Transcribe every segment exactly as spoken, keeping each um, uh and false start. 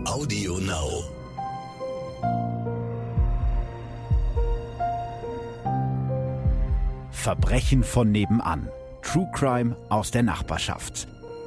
Audio Now. Verbrechen von nebenan. True Crime aus der Nachbarschaft.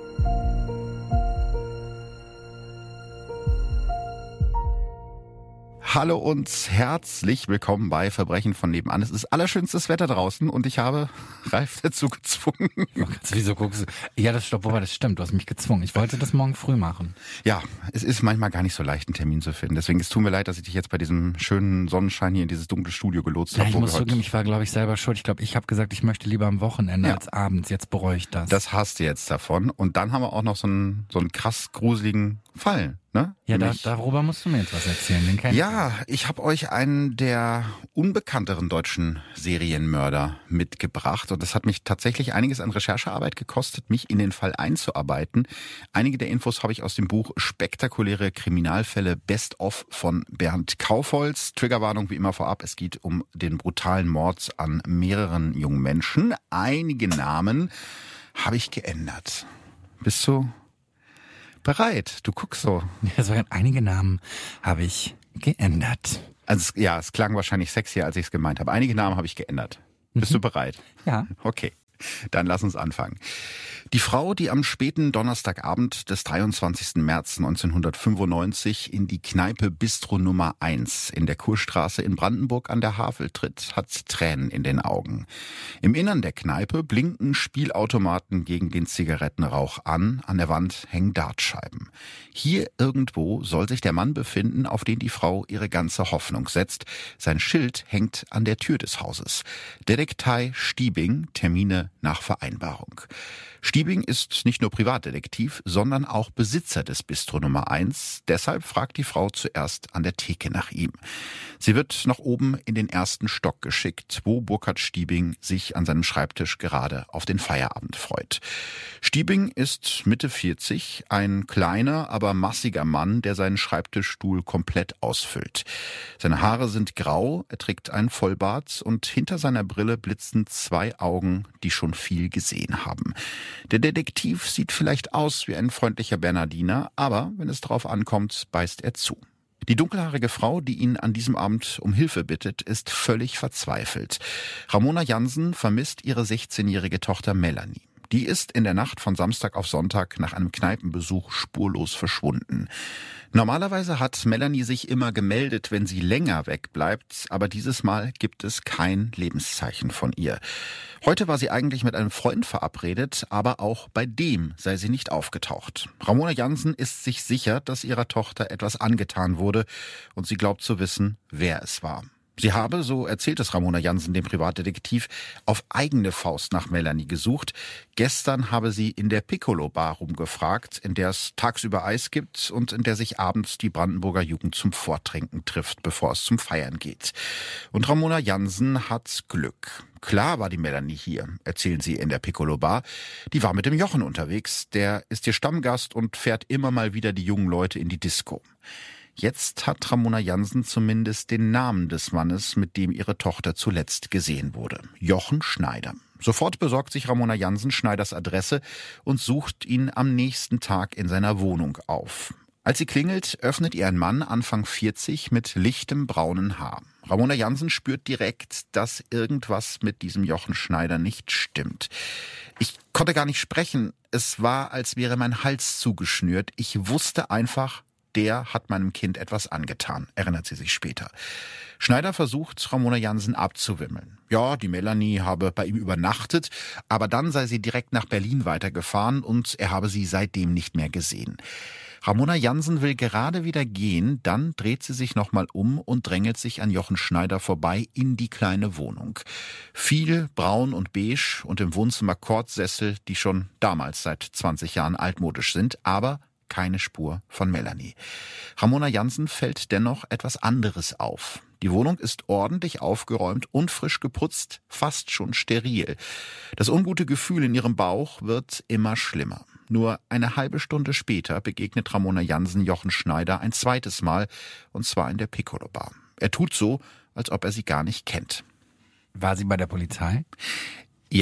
Hallo und herzlich willkommen bei Verbrechen von nebenan. Es ist allerschönstes Wetter draußen und ich habe Ralf dazu gezwungen. Wieso guckst du? Ja, das stimmt, wobei das stimmt, du hast mich gezwungen. Ich wollte das morgen früh machen. Ja, es ist manchmal gar nicht so leicht, einen Termin zu finden. Deswegen, es tut mir leid, dass ich dich jetzt bei diesem schönen Sonnenschein hier in dieses dunkle Studio gelotst Ja, habe. ich muss zugeben, ich war, glaube ich, selber schuld. Ich glaube, ich habe gesagt, ich möchte lieber am Wochenende Ja. als abends. Jetzt bereue ich das. Das hast du jetzt davon. Und dann haben wir auch noch so einen, so einen krass gruseligen Fall, ne? ja, da, Nämlich- darüber musst du mir jetzt was erzählen. Den kenn ich. Ja, ich habe euch einen der unbekannteren deutschen Serienmörder mitgebracht und das hat mich tatsächlich einiges an Recherchearbeit gekostet, mich in den Fall einzuarbeiten. Einige der Infos habe ich aus dem Buch Spektakuläre Kriminalfälle Best of von Bernd Kaufholz. Triggerwarnung wie immer vorab, es geht um den brutalen Mord an mehreren jungen Menschen. Einige Namen habe ich geändert. Bist du bereit? Du guckst so. Ja, sogar einige Namen habe ich geändert. Also es, ja, es klang wahrscheinlich sexier, als ich es gemeint habe. Einige Namen habe ich geändert. Bist du bereit? Ja. Okay, dann lass uns anfangen. Die Frau, die am späten Donnerstagabend des dreiundzwanzigsten März neunzehnhundertfünfundneunzig in die Kneipe Bistro Nummer eins in der Kurstraße in Brandenburg an der Havel tritt, hat Tränen in den Augen. Im Innern der Kneipe blinken Spielautomaten gegen den Zigarettenrauch an, an der Wand hängen Dartscheiben. Hier irgendwo soll sich der Mann befinden, auf den die Frau ihre ganze Hoffnung setzt. Sein Schild hängt an der Tür des Hauses. Detektei Stiebing, Termine nach Vereinbarung. Stiebing ist nicht nur Privatdetektiv, sondern auch Besitzer des Bistro Nummer eins. Deshalb fragt die Frau zuerst an der Theke nach ihm. Sie wird nach oben in den ersten Stock geschickt, wo Burkhard Stiebing sich an seinem Schreibtisch gerade auf den Feierabend freut. Stiebing ist Mitte vierzig, ein kleiner, aber massiger Mann, der seinen Schreibtischstuhl komplett ausfüllt. Seine Haare sind grau, er trägt einen Vollbart und hinter seiner Brille blitzen zwei Augen, die schon viel gesehen haben. Der Detektiv sieht vielleicht aus wie ein freundlicher Bernardiner, aber wenn es darauf ankommt, beißt er zu. Die dunkelhaarige Frau, die ihn an diesem Abend um Hilfe bittet, ist völlig verzweifelt. Ramona Jansen vermisst ihre sechzehnjährige Tochter Melanie. Die ist in der Nacht von Samstag auf Sonntag nach einem Kneipenbesuch spurlos verschwunden. Normalerweise hat Melanie sich immer gemeldet, wenn sie länger wegbleibt, aber dieses Mal gibt es kein Lebenszeichen von ihr. Heute war sie eigentlich mit einem Freund verabredet, aber auch bei dem sei sie nicht aufgetaucht. Ramona Jansen ist sich sicher, dass ihrer Tochter etwas angetan wurde und sie glaubt zu wissen, wer es war. Sie habe, so erzählt es Ramona Jansen dem Privatdetektiv, auf eigene Faust nach Melanie gesucht. Gestern habe sie in der Piccolo-Bar rumgefragt, in der es tagsüber Eis gibt und in der sich abends die Brandenburger Jugend zum Vortrinken trifft, bevor es zum Feiern geht. Und Ramona Jansen hat Glück. Klar war die Melanie hier, erzählen sie in der Piccolo-Bar. Die war mit dem Jochen unterwegs. Der ist ihr Stammgast und fährt immer mal wieder die jungen Leute in die Disco. Jetzt hat Ramona Jansen zumindest den Namen des Mannes, mit dem ihre Tochter zuletzt gesehen wurde. Jochen Schneider. Sofort besorgt sich Ramona Jansen Schneiders Adresse und sucht ihn am nächsten Tag in seiner Wohnung auf. Als sie klingelt, öffnet ihr ein Mann, Anfang vierzig, mit lichtem braunen Haar. Ramona Jansen spürt direkt, dass irgendwas mit diesem Jochen Schneider nicht stimmt. Ich konnte gar nicht sprechen. Es war, als wäre mein Hals zugeschnürt. Ich wusste einfach, der hat meinem Kind etwas angetan, erinnert sie sich später. Schneider versucht, Ramona Jansen abzuwimmeln. Ja, die Melanie habe bei ihm übernachtet, aber dann sei sie direkt nach Berlin weitergefahren und er habe sie seitdem nicht mehr gesehen. Ramona Jansen will gerade wieder gehen, dann dreht sie sich nochmal um und drängelt sich an Jochen Schneider vorbei in die kleine Wohnung. Viel braun und beige und im Wohnzimmer Kordsessel, die schon damals seit zwanzig Jahren altmodisch sind, aber keine Spur von Melanie. Ramona Jansen fällt dennoch etwas anderes auf. Die Wohnung ist ordentlich aufgeräumt und frisch geputzt, fast schon steril. Das ungute Gefühl in ihrem Bauch wird immer schlimmer. Nur eine halbe Stunde später begegnet Ramona Jansen Jochen Schneider ein zweites Mal, und zwar in der Piccolo-Bar. Er tut so, als ob er sie gar nicht kennt. War sie bei der Polizei? Ja,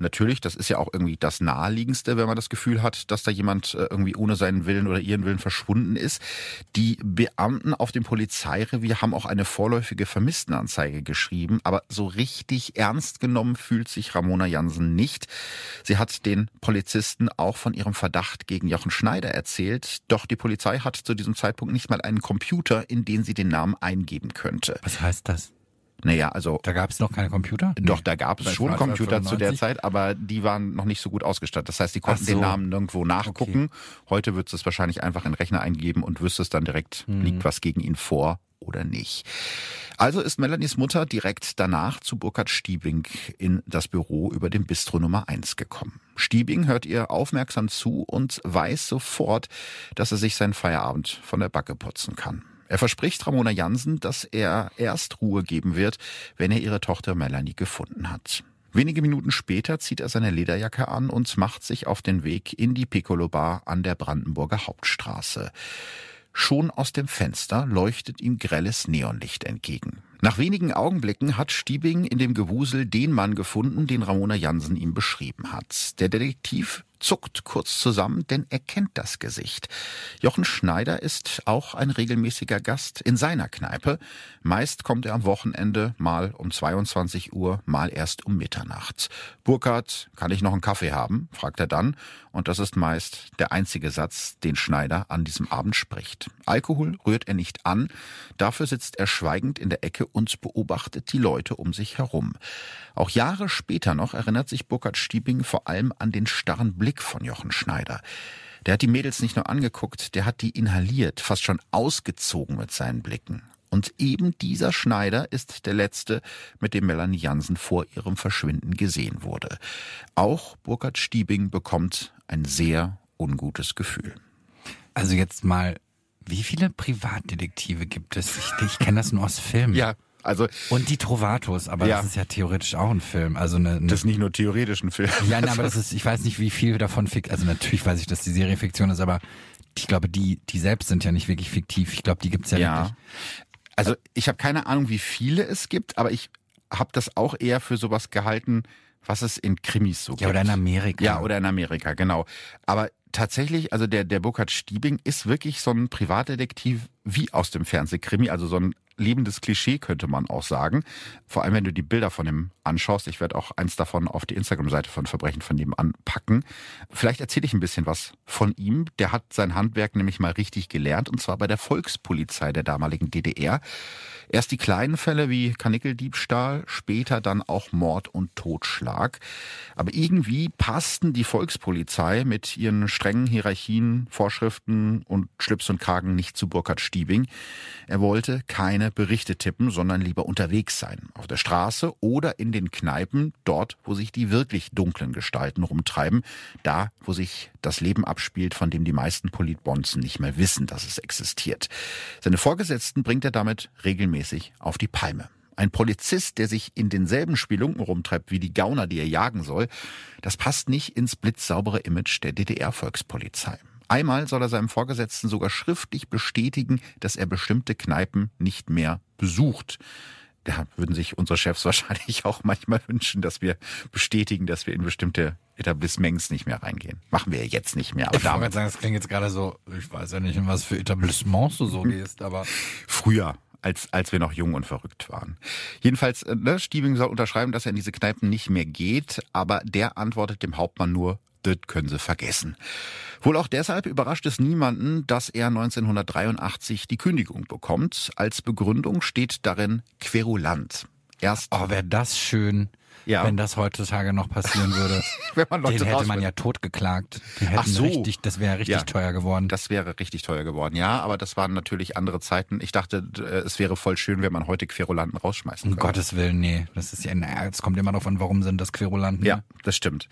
natürlich, das ist ja auch irgendwie das Naheliegendste, wenn man das Gefühl hat, dass da jemand irgendwie ohne seinen Willen oder ihren Willen verschwunden ist. Die Beamten auf dem Polizeirevier haben auch eine vorläufige Vermisstenanzeige geschrieben, aber so richtig ernst genommen fühlt sich Ramona Jansen nicht. Sie hat den Polizisten auch von ihrem Verdacht gegen Jochen Schneider erzählt, doch die Polizei hat zu diesem Zeitpunkt nicht mal einen Computer, in den sie den Namen eingeben könnte. Was heißt das? Naja, also... Da gab es noch keine Computer? Doch, Nee. da gab es Bei schon Computer zu der neunzehnhundertfünfundneunzig? Zeit, aber die waren noch nicht so gut ausgestattet. Das heißt, die konnten Ach so. den Namen nirgendwo nachgucken. Okay. Heute würdest du es wahrscheinlich einfach in den Rechner eingeben und wüsstest dann direkt, hm. liegt was gegen ihn vor oder nicht. Also ist Melanies Mutter direkt danach zu Burkhard Stiebing in das Büro über dem Bistro Nummer eins gekommen. Stiebing hört ihr aufmerksam zu und weiß sofort, dass er sich seinen Feierabend von der Backe putzen kann. Er verspricht Ramona Jansen, dass er erst Ruhe geben wird, wenn er ihre Tochter Melanie gefunden hat. Wenige Minuten später zieht er seine Lederjacke an und macht sich auf den Weg in die Piccolo Bar an der Brandenburger Hauptstraße. Schon aus dem Fenster leuchtet ihm grelles Neonlicht entgegen. Nach wenigen Augenblicken hat Stiebing in dem Gewusel den Mann gefunden, den Ramona Jansen ihm beschrieben hat. Der Detektiv zuckt kurz zusammen, denn er kennt das Gesicht. Jochen Schneider ist auch ein regelmäßiger Gast in seiner Kneipe. Meist kommt er am Wochenende mal um zweiundzwanzig Uhr, mal erst um Mitternacht. Burkhard, kann ich noch einen Kaffee haben? Fragt er dann. Und das ist meist der einzige Satz, den Schneider an diesem Abend spricht. Alkohol rührt er nicht an. Dafür sitzt er schweigend in der Ecke und beobachtet die Leute um sich herum. Auch Jahre später noch erinnert sich Burkhard Stiebing vor allem an den starren Blick von Jochen Schneider. Der hat die Mädels nicht nur angeguckt, der hat die inhaliert, fast schon ausgezogen mit seinen Blicken. Und eben dieser Schneider ist der letzte, mit dem Melanie Jansen vor ihrem Verschwinden gesehen wurde. Auch Burkhard Stiebing bekommt ein sehr ungutes Gefühl. Also jetzt mal, wie viele Privatdetektive gibt es? Ich, ich kenne das nur aus Filmen. Ja. Also, und die Trovatos, aber ja. Das ist ja theoretisch auch ein Film. Also eine, eine das ist nicht nur theoretisch ein Film. Ja, nein, aber das ist, ich weiß nicht, wie viel davon fiktiv, also natürlich weiß ich, dass die Serie Fiktion ist, aber ich glaube, die die selbst sind ja nicht wirklich fiktiv. Ich glaube, die gibt's ja, ja. wirklich. Also ich habe keine Ahnung, wie viele es gibt, aber ich habe das auch eher für sowas gehalten, was es in Krimis so gibt. Ja, oder in Amerika. Ja, oder in Amerika, genau. Aber tatsächlich, also der, der Burkhard Stiebing ist wirklich so ein Privatdetektiv wie aus dem Fernsehkrimi, also so ein lebendes Klischee, könnte man auch sagen. Vor allem, wenn du die Bilder von ihm anschaust. Ich werde auch eins davon auf die Instagram-Seite von Verbrechen von nebenan packen. Vielleicht erzähle ich ein bisschen was von ihm. Der hat sein Handwerk nämlich mal richtig gelernt, und zwar bei der Volkspolizei der damaligen D D R. Erst die kleinen Fälle wie Karnickeldiebstahl, später dann auch Mord und Totschlag. Aber irgendwie passten die Volkspolizei mit ihren strengen Hierarchien, Vorschriften und Schlips und Kragen nicht zu Burkhard Stiebing. Er wollte keine Berichte tippen, sondern lieber unterwegs sein. Auf der Straße oder in den Kneipen, dort, wo sich die wirklich dunklen Gestalten rumtreiben. Da, wo sich das Leben abspielt, von dem die meisten Politbonzen nicht mehr wissen, dass es existiert. Seine Vorgesetzten bringt er damit regelmäßig auf die Palme. Ein Polizist, der sich in denselben Spelunken rumtreibt wie die Gauner, die er jagen soll, das passt nicht ins blitzsaubere Image der D D R-Volkspolizei. Einmal soll er seinem Vorgesetzten sogar schriftlich bestätigen, dass er bestimmte Kneipen nicht mehr besucht. Da würden sich unsere Chefs wahrscheinlich auch manchmal wünschen, dass wir bestätigen, dass wir in bestimmte Etablissements nicht mehr reingehen. Machen wir ja jetzt nicht mehr. Aber ich wollte sagen, das klingt jetzt gerade so, ich weiß ja nicht, in was für Etablissements du so gehst, aber... Früher. Als, als wir noch jung und verrückt waren. Jedenfalls, ne, Stiebing soll unterschreiben, dass er in diese Kneipen nicht mehr geht, aber der antwortet dem Hauptmann nur, das können Sie vergessen. Wohl auch deshalb überrascht es niemanden, dass er neunzehnhundertdreiundachtzig die Kündigung bekommt. Als Begründung steht darin Querulant. Erst oh, wäre das schön, ja. Wenn das heutzutage noch passieren würde. Wenn man Leute Den hätte man ja totgeklagt. Die hätten Ach so. richtig, das wäre richtig ja. teuer geworden. Das wäre richtig teuer geworden, ja. Aber das waren natürlich andere Zeiten. Ich dachte, es wäre voll schön, wenn man heute Querulanten rausschmeißen könnte. Um Gottes Willen, nee. Das ist ja, naja, es kommt immer darauf an, warum sind das Querulanten. Ja, das stimmt.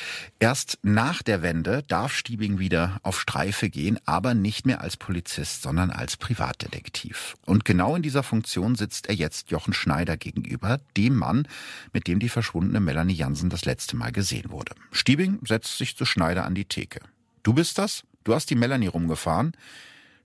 Erst nach der Wende darf Stiebing wieder auf Streife gehen, aber nicht mehr als Polizist, sondern als Privatdetektiv. Und genau in dieser Funktion sitzt er jetzt Jochen Schneider gegenüber, dem Mann, mit dem die verschwundene Melanie Jansen das letzte Mal gesehen wurde. Stiebing setzt sich zu Schneider an die Theke. Du bist das? Du hast die Melanie rumgefahren?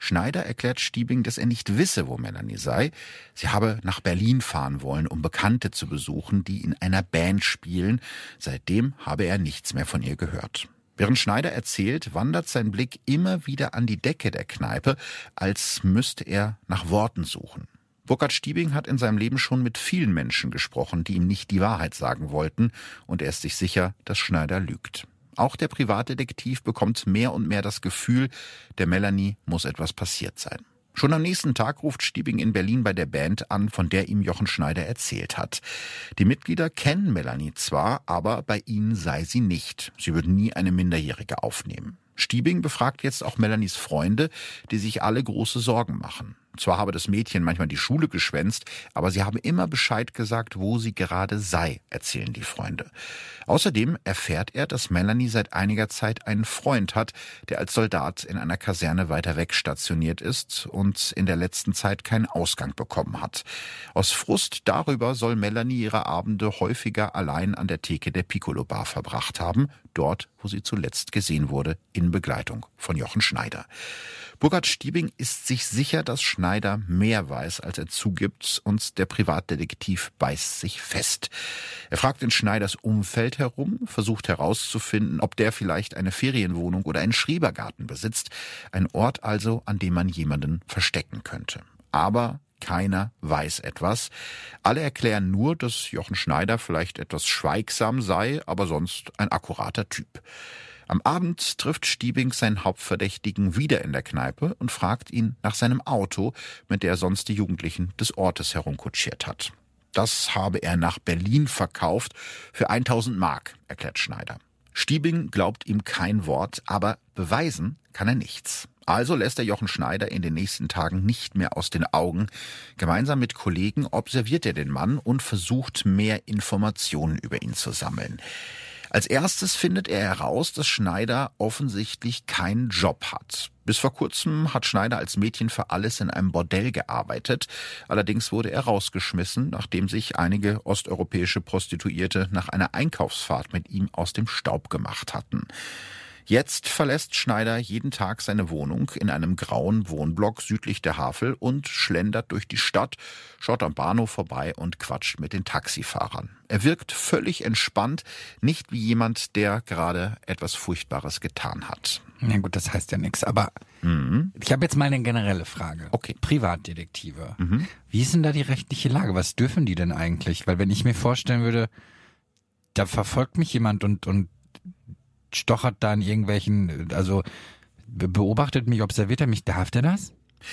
Schneider erklärt Stiebing, dass er nicht wisse, wo Melanie sei. Sie habe nach Berlin fahren wollen, um Bekannte zu besuchen, die in einer Band spielen. Seitdem habe er nichts mehr von ihr gehört. Während Schneider erzählt, wandert sein Blick immer wieder an die Decke der Kneipe, als müsste er nach Worten suchen. Burkhard Stiebing hat in seinem Leben schon mit vielen Menschen gesprochen, die ihm nicht die Wahrheit sagen wollten, und er ist sich sicher, dass Schneider lügt. Auch der Privatdetektiv bekommt mehr und mehr das Gefühl, der Melanie muss etwas passiert sein. Schon am nächsten Tag ruft Stiebing in Berlin bei der Band an, von der ihm Jochen Schneider erzählt hat. Die Mitglieder kennen Melanie zwar, aber bei ihnen sei sie nicht. Sie würden nie eine Minderjährige aufnehmen. Stiebing befragt jetzt auch Melanies Freunde, die sich alle große Sorgen machen. Zwar habe das Mädchen manchmal die Schule geschwänzt, aber sie haben immer Bescheid gesagt, wo sie gerade sei, erzählen die Freunde. Außerdem erfährt er, dass Melanie seit einiger Zeit einen Freund hat, der als Soldat in einer Kaserne weiter weg stationiert ist und in der letzten Zeit keinen Ausgang bekommen hat. Aus Frust darüber soll Melanie ihre Abende häufiger allein an der Theke der Piccolo Bar verbracht haben, dort, wo sie zuletzt gesehen wurde, in Begleitung von Jochen Schneider. Burkhard Stiebing ist sich sicher, dass Schneider mehr weiß, als er zugibt, und der Privatdetektiv beißt sich fest. Er fragt in Schneiders Umfeld herum, versucht herauszufinden, ob der vielleicht eine Ferienwohnung oder einen Schrebergarten besitzt, ein Ort also, an dem man jemanden verstecken könnte. Aber keiner weiß etwas. Alle erklären nur, dass Jochen Schneider vielleicht etwas schweigsam sei, aber sonst ein akkurater Typ. Am Abend trifft Stiebing seinen Hauptverdächtigen wieder in der Kneipe und fragt ihn nach seinem Auto, mit der er sonst die Jugendlichen des Ortes herumkutschiert hat. Das habe er nach Berlin verkauft für tausend Mark, erklärt Schneider. Stiebing glaubt ihm kein Wort, aber beweisen kann er nichts. Also lässt er Jochen Schneider in den nächsten Tagen nicht mehr aus den Augen. Gemeinsam mit Kollegen observiert er den Mann und versucht, mehr Informationen über ihn zu sammeln. Als erstes findet er heraus, dass Schneider offensichtlich keinen Job hat. Bis vor kurzem hat Schneider als Mädchen für alles in einem Bordell gearbeitet. Allerdings wurde er rausgeschmissen, nachdem sich einige osteuropäische Prostituierte nach einer Einkaufsfahrt mit ihm aus dem Staub gemacht hatten. Jetzt verlässt Schneider jeden Tag seine Wohnung in einem grauen Wohnblock südlich der Havel und schlendert durch die Stadt, schaut am Bahnhof vorbei und quatscht mit den Taxifahrern. Er wirkt völlig entspannt, nicht wie jemand, der gerade etwas Furchtbares getan hat. Na gut, das heißt ja nichts, aber mhm. ich habe jetzt mal eine generelle Frage. Okay. Privatdetektive. Mhm. Wie ist denn da die rechtliche Lage? Was dürfen die denn eigentlich? Weil wenn ich mir vorstellen würde, da verfolgt mich jemand und, und stochert da in irgendwelchen, also beobachtet mich, observiert er mich, darf der das?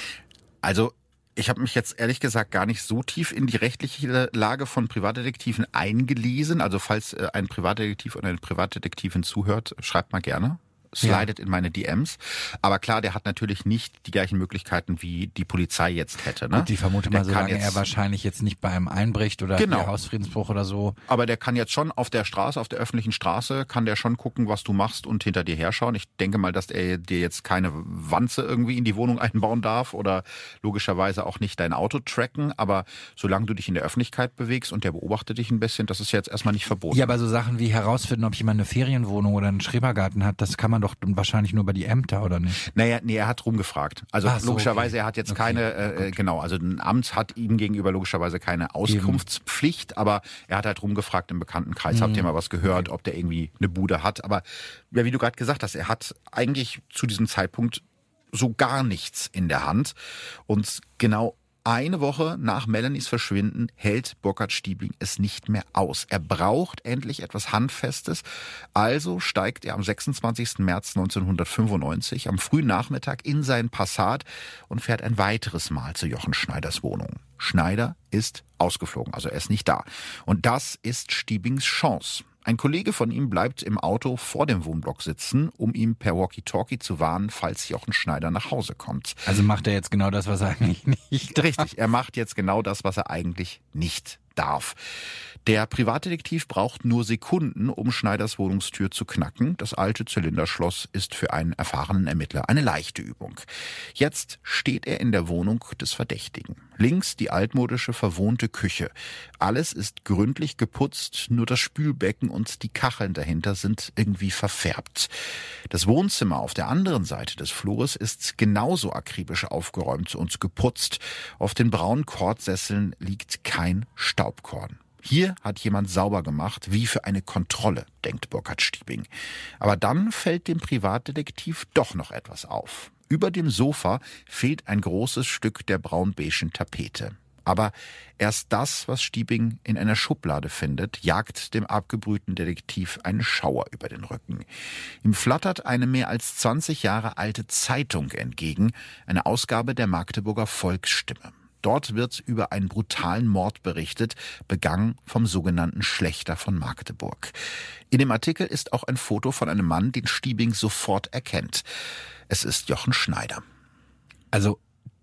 Also ich habe mich jetzt ehrlich gesagt gar nicht so tief in die rechtliche Lage von Privatdetektiven eingelesen. Also falls ein Privatdetektiv oder eine Privatdetektivin zuhört, schreibt mal gerne. Slidet ja in meine D Ms. Aber klar, der hat natürlich nicht die gleichen Möglichkeiten, wie die Polizei jetzt hätte. Ne? Gut, ich vermute mal, der solange jetzt, er wahrscheinlich jetzt nicht bei einem einbricht oder genau. Hausfriedensbruch oder so. Aber der kann jetzt schon auf der Straße, auf der öffentlichen Straße, kann der schon gucken, was du machst und hinter dir herschauen. Ich denke mal, dass er dir jetzt keine Wanze irgendwie in die Wohnung einbauen darf oder logischerweise auch nicht dein Auto tracken. Aber solange du dich in der Öffentlichkeit bewegst und der beobachtet dich ein bisschen, das ist jetzt erstmal nicht verboten. Ja, aber so Sachen wie herausfinden, ob jemand eine Ferienwohnung oder einen Schrebergarten hat, das kann man doch wahrscheinlich nur bei die Ämter, oder nicht? Naja, nee, er hat rumgefragt. Also Ach so, logischerweise, okay. er hat jetzt Okay. keine, äh, genau, also ein Amt hat ihm gegenüber logischerweise keine Auskunftspflicht, Eben. aber er hat halt rumgefragt im Bekanntenkreis, mhm. habt ihr mal was gehört, okay. ob der irgendwie eine Bude hat. Aber ja, wie du gerade gesagt hast, er hat eigentlich zu diesem Zeitpunkt so gar nichts in der Hand. Und genau eine Woche nach Melanies Verschwinden hält Burkhard Stiebing es nicht mehr aus. Er braucht endlich etwas Handfestes. Also steigt er am sechsundzwanzigsten März neunzehnhundertfünfundneunzig am frühen Nachmittag in seinen Passat und fährt ein weiteres Mal zu Jochen Schneiders Wohnung. Schneider ist ausgeflogen, also er ist nicht da. Und das ist Stiebings Chance. Ein Kollege von ihm bleibt im Auto vor dem Wohnblock sitzen, um ihm per Walkie-Talkie zu warnen, falls Jochen Schneider nach Hause kommt. Also macht er jetzt genau das, was er eigentlich nicht darf. Richtig, er macht jetzt genau das, was er eigentlich nicht darf. darf. Der Privatdetektiv braucht nur Sekunden, um Schneiders Wohnungstür zu knacken. Das alte Zylinderschloss ist für einen erfahrenen Ermittler eine leichte Übung. Jetzt steht er in der Wohnung des Verdächtigen. Links die altmodische, verwohnte Küche. Alles ist gründlich geputzt, nur das Spülbecken und die Kacheln dahinter sind irgendwie verfärbt. Das Wohnzimmer auf der anderen Seite des Flures ist genauso akribisch aufgeräumt und geputzt. Auf den braunen Kordsesseln liegt kein Staubkorn. Hier hat jemand sauber gemacht, wie für eine Kontrolle, denkt Burkhard Stiebing. Aber dann fällt dem Privatdetektiv doch noch etwas auf. Über dem Sofa fehlt ein großes Stück der braun-beigen Tapete. Aber erst das, was Stiebing in einer Schublade findet, jagt dem abgebrühten Detektiv einen Schauer über den Rücken. Ihm flattert eine mehr als zwanzig Jahre alte Zeitung entgegen, eine Ausgabe der Magdeburger Volksstimme. Dort wird über einen brutalen Mord berichtet, begangen vom sogenannten Schlächter von Magdeburg. In dem Artikel ist auch ein Foto von einem Mann, den Stiebing sofort erkennt. Es ist Jochen Schneider. Also,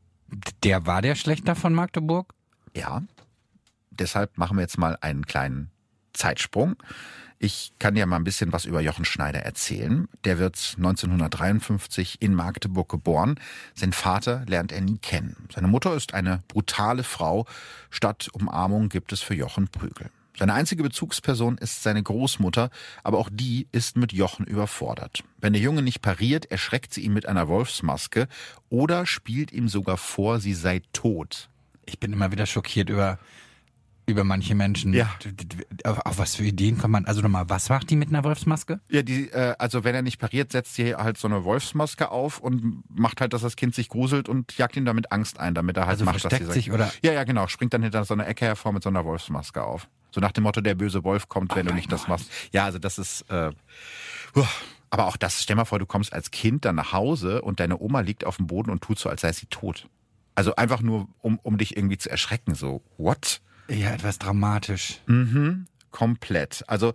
der war der Schlächter von Magdeburg? Ja, deshalb machen wir jetzt mal einen kleinen Zeitsprung. Ich kann ja mal ein bisschen was über Jochen Schneider erzählen. Der wird neunzehnhundertdreiundfünfzig in Magdeburg geboren. Sein Vater lernt er nie kennen. Seine Mutter ist eine brutale Frau. Statt Umarmung gibt es für Jochen Prügel. Seine einzige Bezugsperson ist seine Großmutter, aber auch die ist mit Jochen überfordert. Wenn der Junge nicht pariert, erschreckt sie ihn mit einer Wolfsmaske oder spielt ihm sogar vor, sie sei tot. Ich bin immer wieder schockiert über... über manche Menschen. Ja. Auf, auf was für Ideen kommt man? Also nochmal, was macht die mit einer Wolfsmaske? Ja, die, äh, also wenn er nicht pariert, setzt sie halt so eine Wolfsmaske auf und macht halt, dass das Kind sich gruselt und jagt ihm damit Angst ein, damit er halt Also macht, versteckt dass sie sich oder? Ja, ja, genau. Springt dann hinter so einer Ecke hervor mit so einer Wolfsmaske auf. So nach dem Motto, der böse Wolf kommt, wenn Oh du nicht Gott. das machst. Ja, also das ist, äh, uah. Aber auch das, stell mal vor, du kommst als Kind dann nach Hause und deine Oma liegt auf dem Boden und tut so, als sei sie tot. Also einfach nur, um, um dich irgendwie zu erschrecken. So, what? Ja, etwas dramatisch. Mhm, komplett. Also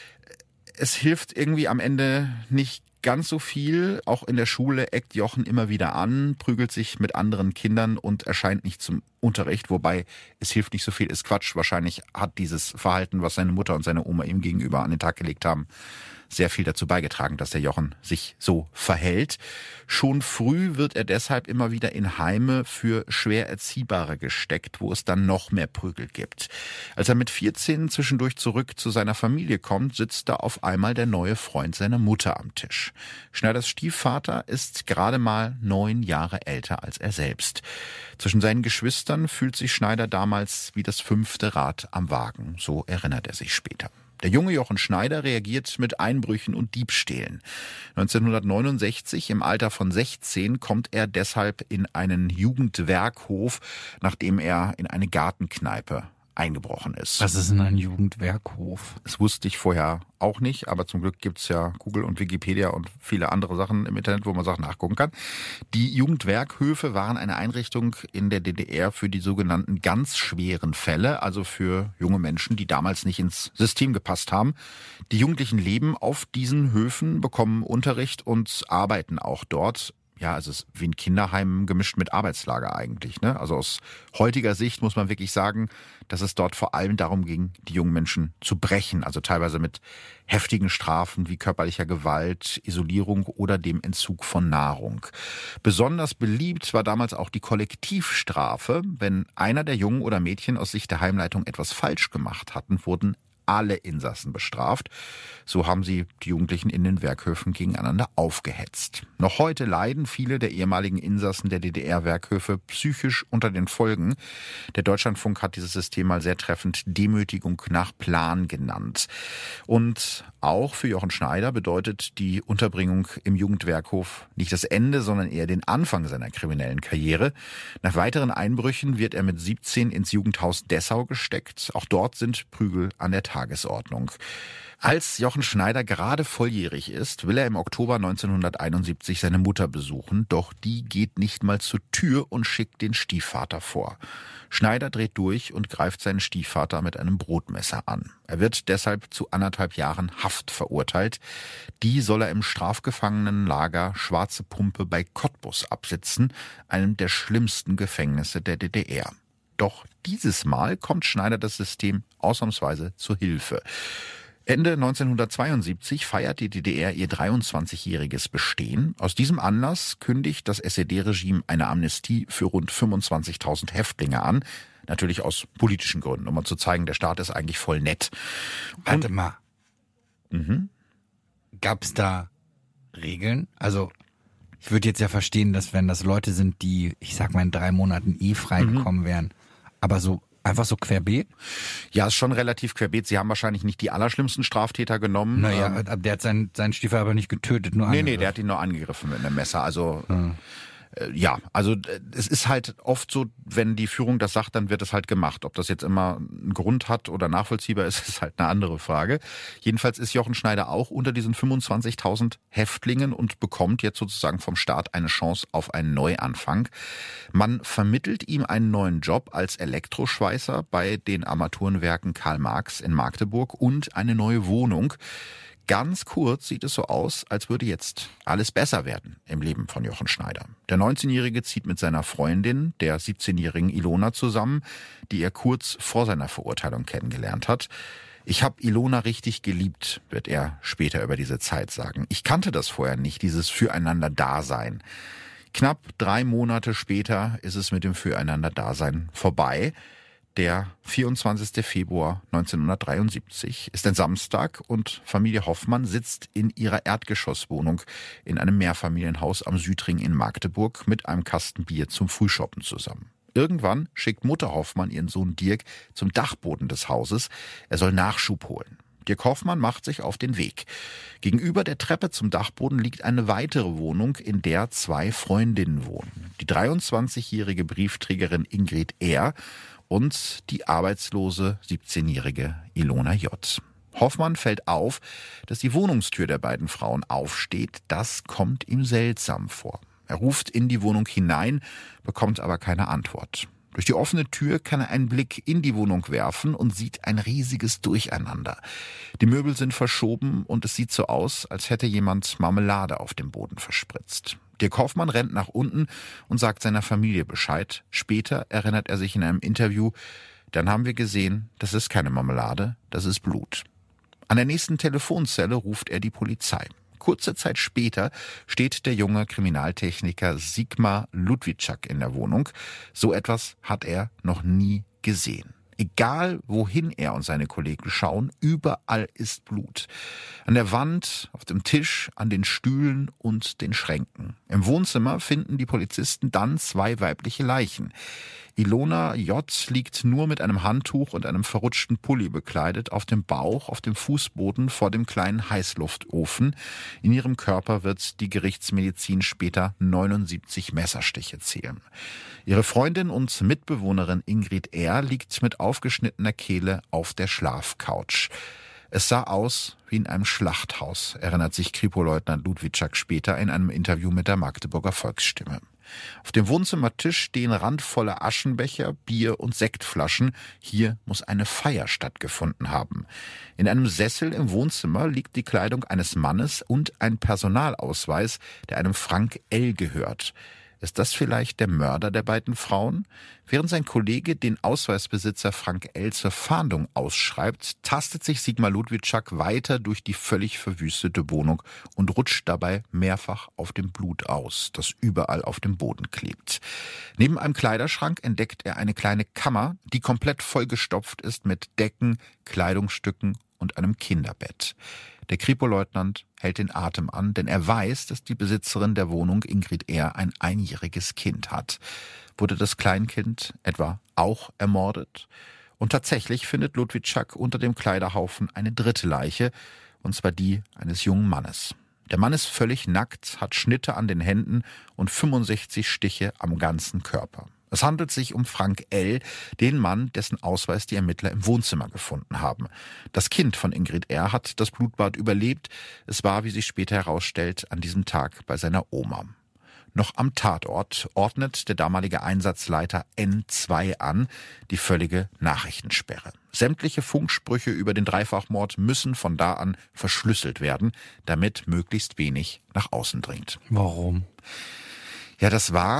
es hilft irgendwie am Ende nicht ganz so viel. Auch in der Schule eckt Jochen immer wieder an, prügelt sich mit anderen Kindern und erscheint nicht zum Unterricht. Wobei es hilft nicht so viel, ist Quatsch. Wahrscheinlich hat dieses Verhalten, was seine Mutter und seine Oma ihm gegenüber an den Tag gelegt haben, sehr viel dazu beigetragen, dass der Jochen sich so verhält. Schon früh wird er deshalb immer wieder in Heime für schwer Erziehbare gesteckt, wo es dann noch mehr Prügel gibt. Als er mit vierzehn zwischendurch zurück zu seiner Familie kommt, sitzt da auf einmal der neue Freund seiner Mutter am Tisch. Schneiders Stiefvater ist gerade mal neun Jahre älter als er selbst. Zwischen seinen Geschwistern fühlt sich Schneider damals wie das fünfte Rad am Wagen, so erinnert er sich später. Der junge Jochen Schneider reagiert mit Einbrüchen und Diebstählen. neunzehnhundertneunundsechzig, im Alter von sechzehn, kommt er deshalb in einen Jugendwerkhof, nachdem er in eine Gartenkneipe eingebrochen ist. Was ist denn ein Jugendwerkhof? Das wusste ich vorher auch nicht, aber zum Glück gibt's ja Google und Wikipedia und viele andere Sachen im Internet, wo man Sachen nachgucken kann. Die Jugendwerkhöfe waren eine Einrichtung in der D D R für die sogenannten ganz schweren Fälle, also für junge Menschen, die damals nicht ins System gepasst haben. Die Jugendlichen leben auf diesen Höfen, bekommen Unterricht und arbeiten auch dort. Ja, also es ist wie ein Kinderheim gemischt mit Arbeitslager eigentlich, ne? Also aus heutiger Sicht muss man wirklich sagen, dass es dort vor allem darum ging, die jungen Menschen zu brechen, also teilweise mit heftigen Strafen wie körperlicher Gewalt, Isolierung oder dem Entzug von Nahrung. Besonders beliebt war damals auch die Kollektivstrafe. Wenn einer der Jungen oder Mädchen aus Sicht der Heimleitung etwas falsch gemacht hatten, wurden alle Insassen bestraft. So haben sie die Jugendlichen in den Werkhöfen gegeneinander aufgehetzt. Noch heute leiden viele der ehemaligen Insassen der D D R-Werkhöfe psychisch unter den Folgen. Der Deutschlandfunk hat dieses System mal sehr treffend Demütigung nach Plan genannt. Und auch für Jochen Schneider bedeutet die Unterbringung im Jugendwerkhof nicht das Ende, sondern eher den Anfang seiner kriminellen Karriere. Nach weiteren Einbrüchen wird er mit siebzehn ins Jugendhaus Dessau gesteckt. Auch dort sind Prügel an der Tagesordnung. Als Jochen Schneider gerade volljährig ist, will er im Oktober neunzehnhunderteinundsiebzig seine Mutter besuchen, doch die geht nicht mal zur Tür und schickt den Stiefvater vor. Schneider dreht durch und greift seinen Stiefvater mit einem Brotmesser an. Er wird deshalb zu anderthalb Jahren Haft verurteilt. Die soll er im Strafgefangenenlager Schwarze Pumpe bei Cottbus absitzen, einem der schlimmsten Gefängnisse der D D R. Doch dieses Mal kommt Schneider das System ausnahmsweise zur Hilfe. Ende neunzehnhundertzweiundsiebzig feiert die D D R ihr dreiundzwanzigjähriges Bestehen. Aus diesem Anlass kündigt das S E D-Regime eine Amnestie für rund fünfundzwanzigtausend Häftlinge an. Natürlich aus politischen Gründen, um mal zu zeigen, der Staat ist eigentlich voll nett. Warte mal. Mhm. Gab's da Regeln? Also ich würde jetzt ja verstehen, dass wenn das Leute sind, die, ich sag mal, in drei Monaten eh freigekommen mhm. wären, aber so einfach so querbeet? Ja, ist schon relativ querbeet. Sie haben wahrscheinlich nicht die allerschlimmsten Straftäter genommen. Naja, ähm, der hat seinen, seinen Stiefel aber nicht getötet, nur Nee, angegriffen. nee, der hat ihn nur angegriffen mit einem Messer. Also Hm. äh, ja, also äh, es ist halt oft so, wenn die Führung das sagt, dann wird es halt gemacht. Ob das jetzt immer einen Grund hat oder nachvollziehbar ist, ist halt eine andere Frage. Jedenfalls ist Jochen Schneider auch unter diesen fünfundzwanzigtausend Häftlingen und bekommt jetzt sozusagen vom Staat eine Chance auf einen Neuanfang. Man vermittelt ihm einen neuen Job als Elektroschweißer bei den Armaturenwerken Karl Marx in Magdeburg und eine neue Wohnung. Ganz kurz sieht es so aus, als würde jetzt alles besser werden im Leben von Jochen Schneider. Der neunzehnjährige zieht mit seiner Freundin, der siebzehnjährigen Ilona, zusammen, die er kurz vor seiner Verurteilung kennengelernt hat. Ich habe Ilona richtig geliebt, wird er später über diese Zeit sagen. Ich kannte das vorher nicht, dieses Füreinander-Dasein. Knapp drei Monate später ist es mit dem Füreinander-Dasein vorbei. Der vierundzwanzigster Februar neunzehnhundertdreiundsiebzig ist ein Samstag und Familie Hoffmann sitzt in ihrer Erdgeschosswohnung in einem Mehrfamilienhaus am Südring in Magdeburg mit einem Kasten Bier zum Frühschoppen zusammen. Irgendwann schickt Mutter Hoffmann ihren Sohn Dirk zum Dachboden des Hauses. Er soll Nachschub holen. Dirk Hoffmann macht sich auf den Weg. Gegenüber der Treppe zum Dachboden liegt eine weitere Wohnung, in der zwei Freundinnen wohnen. Die dreiundzwanzigjährige Briefträgerin Ingrid R. und die arbeitslose siebzehnjährige Ilona J. Hoffmann fällt auf, dass die Wohnungstür der beiden Frauen aufsteht. Das kommt ihm seltsam vor. Er ruft in die Wohnung hinein, bekommt aber keine Antwort. Durch die offene Tür kann er einen Blick in die Wohnung werfen und sieht ein riesiges Durcheinander. Die Möbel sind verschoben und es sieht so aus, als hätte jemand Marmelade auf dem Boden verspritzt. Dirk Hoffmann rennt nach unten und sagt seiner Familie Bescheid. Später erinnert er sich in einem Interview, dann haben wir gesehen, das ist keine Marmelade, das ist Blut. An der nächsten Telefonzelle ruft er die Polizei. Kurze Zeit später steht der junge Kriminaltechniker Sigmar Ludwitschak in der Wohnung. So etwas hat er noch nie gesehen. Egal, wohin er und seine Kollegen schauen, überall ist Blut. An der Wand, auf dem Tisch, an den Stühlen und den Schränken. Im Wohnzimmer finden die Polizisten dann zwei weibliche Leichen. Ilona J. liegt nur mit einem Handtuch und einem verrutschten Pulli bekleidet auf dem Bauch, auf dem Fußboden vor dem kleinen Heißluftofen. In ihrem Körper wird die Gerichtsmedizin später neunundsiebzig Messerstiche zählen. Ihre Freundin und Mitbewohnerin Ingrid R. liegt mit aufgeschnittener Kehle auf der Schlafcouch. Es sah aus wie in einem Schlachthaus, erinnert sich Kripo-Leutnant Ludwitschak später in einem Interview mit der Magdeburger Volksstimme. Auf dem Wohnzimmertisch stehen randvolle Aschenbecher, Bier und Sektflaschen. Hier muss eine Feier stattgefunden haben. In einem Sessel im Wohnzimmer liegt die Kleidung eines Mannes und ein Personalausweis, der einem Frank L. gehört. Ist das vielleicht der Mörder der beiden Frauen? Während sein Kollege den Ausweisbesitzer Frank L. zur Fahndung ausschreibt, tastet sich Sigmar Ludwitschak weiter durch die völlig verwüstete Wohnung und rutscht dabei mehrfach auf dem Blut aus, das überall auf dem Boden klebt. Neben einem Kleiderschrank entdeckt er eine kleine Kammer, die komplett vollgestopft ist mit Decken, Kleidungsstücken und einem Kinderbett. Der Kripo-Leutnant hält den Atem an, denn er weiß, dass die Besitzerin der Wohnung, Ingrid R., ein einjähriges Kind hat. Wurde das Kleinkind etwa auch ermordet? Und tatsächlich findet Ludwitschak unter dem Kleiderhaufen eine dritte Leiche, und zwar die eines jungen Mannes. Der Mann ist völlig nackt, hat Schnitte an den Händen und fünfundsechzig Stiche am ganzen Körper. Es handelt sich um Frank L., den Mann, dessen Ausweis die Ermittler im Wohnzimmer gefunden haben. Das Kind von Ingrid R. hat das Blutbad überlebt. Es war, wie sich später herausstellt, an diesem Tag bei seiner Oma. Noch am Tatort ordnet der damalige Einsatzleiter N zwei an die völlige Nachrichtensperre. Sämtliche Funksprüche über den Dreifachmord müssen von da an verschlüsselt werden, damit möglichst wenig nach außen dringt. Warum? Ja, das war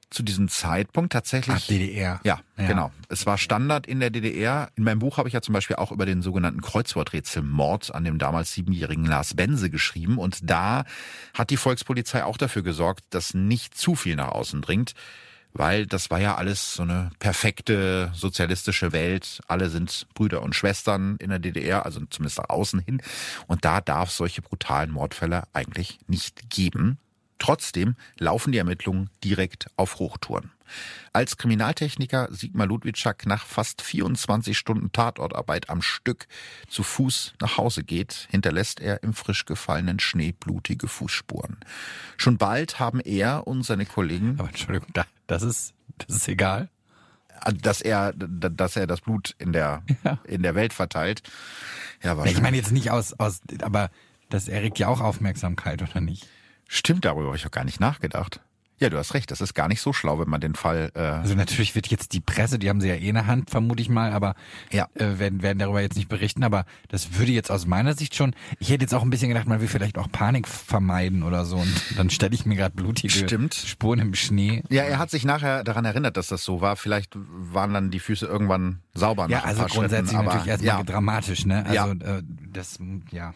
zu diesem Zeitpunkt tatsächlich... Ach, D D R. Ja, Ja. genau. Es war Standard in der D D R. In meinem Buch habe ich ja zum Beispiel auch über den sogenannten Kreuzworträtselmord an dem damals siebenjährigen Lars Bense geschrieben. Und da hat die Volkspolizei auch dafür gesorgt, dass nicht zu viel nach außen dringt. Weil das war ja alles so eine perfekte sozialistische Welt. Alle sind Brüder und Schwestern in der D D R, also zumindest nach außen hin. Und da darf es solche brutalen Mordfälle eigentlich nicht geben. Trotzdem laufen die Ermittlungen direkt auf Hochtouren. Als Kriminaltechniker Sigmar Ludwigczak nach fast vierundzwanzig Stunden Tatortarbeit am Stück zu Fuß nach Hause geht, hinterlässt er im frisch gefallenen Schnee blutige Fußspuren. Schon bald haben er und seine Kollegen... Aber Entschuldigung, das ist, das ist egal? Dass er, dass er das Blut in der, ja. in der Welt verteilt. Ja, wahrscheinlich. Ich meine jetzt nicht aus, aus, aber das erregt ja auch Aufmerksamkeit, oder nicht? Stimmt, darüber habe ich auch gar nicht nachgedacht. Ja, du hast recht, das ist gar nicht so schlau, wenn man den Fall... Äh also natürlich wird jetzt die Presse, die haben sie ja eh in der Hand, vermute ich mal, aber ja. äh, werden, werden darüber jetzt nicht berichten, aber das würde jetzt aus meiner Sicht schon... Ich hätte jetzt auch ein bisschen gedacht, man will vielleicht auch Panik vermeiden oder so und dann stelle ich mir gerade blutige Stimmt. Spuren im Schnee. Ja, er hat sich nachher daran erinnert, dass das so war. Vielleicht waren dann die Füße irgendwann sauber nach Ja, also ein paar grundsätzlich Schritten, natürlich erstmal ja. dramatisch, ne? Also Ja. äh, das, ja...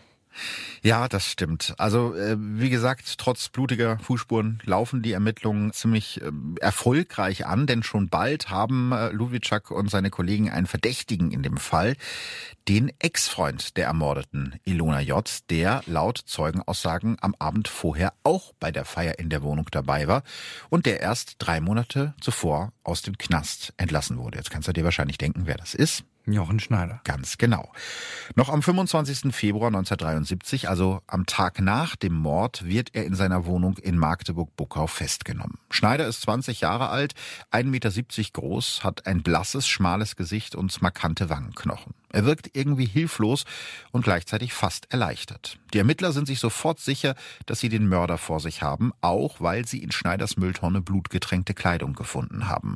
Ja, das stimmt. Also äh, wie gesagt, trotz blutiger Fußspuren laufen die Ermittlungen ziemlich äh, erfolgreich an, denn schon bald haben äh, Ludwigczak und seine Kollegen einen Verdächtigen in dem Fall, den Ex-Freund der ermordeten Ilona J., der laut Zeugenaussagen am Abend vorher auch bei der Feier in der Wohnung dabei war und der erst drei Monate zuvor aus dem Knast entlassen wurde. Jetzt kannst du dir wahrscheinlich denken, wer das ist. Jochen Schneider. Ganz genau. Noch am fünfundzwanzigsten Februar neunzehnhundertdreiundsiebzig, also am Tag nach dem Mord, wird er in seiner Wohnung in Magdeburg-Buckau festgenommen. Schneider ist zwanzig Jahre alt, ein Meter siebzig groß, hat ein blasses, schmales Gesicht und markante Wangenknochen. Er wirkt irgendwie hilflos und gleichzeitig fast erleichtert. Die Ermittler sind sich sofort sicher, dass sie den Mörder vor sich haben, auch weil sie in Schneiders Mülltonne blutgetränkte Kleidung gefunden haben.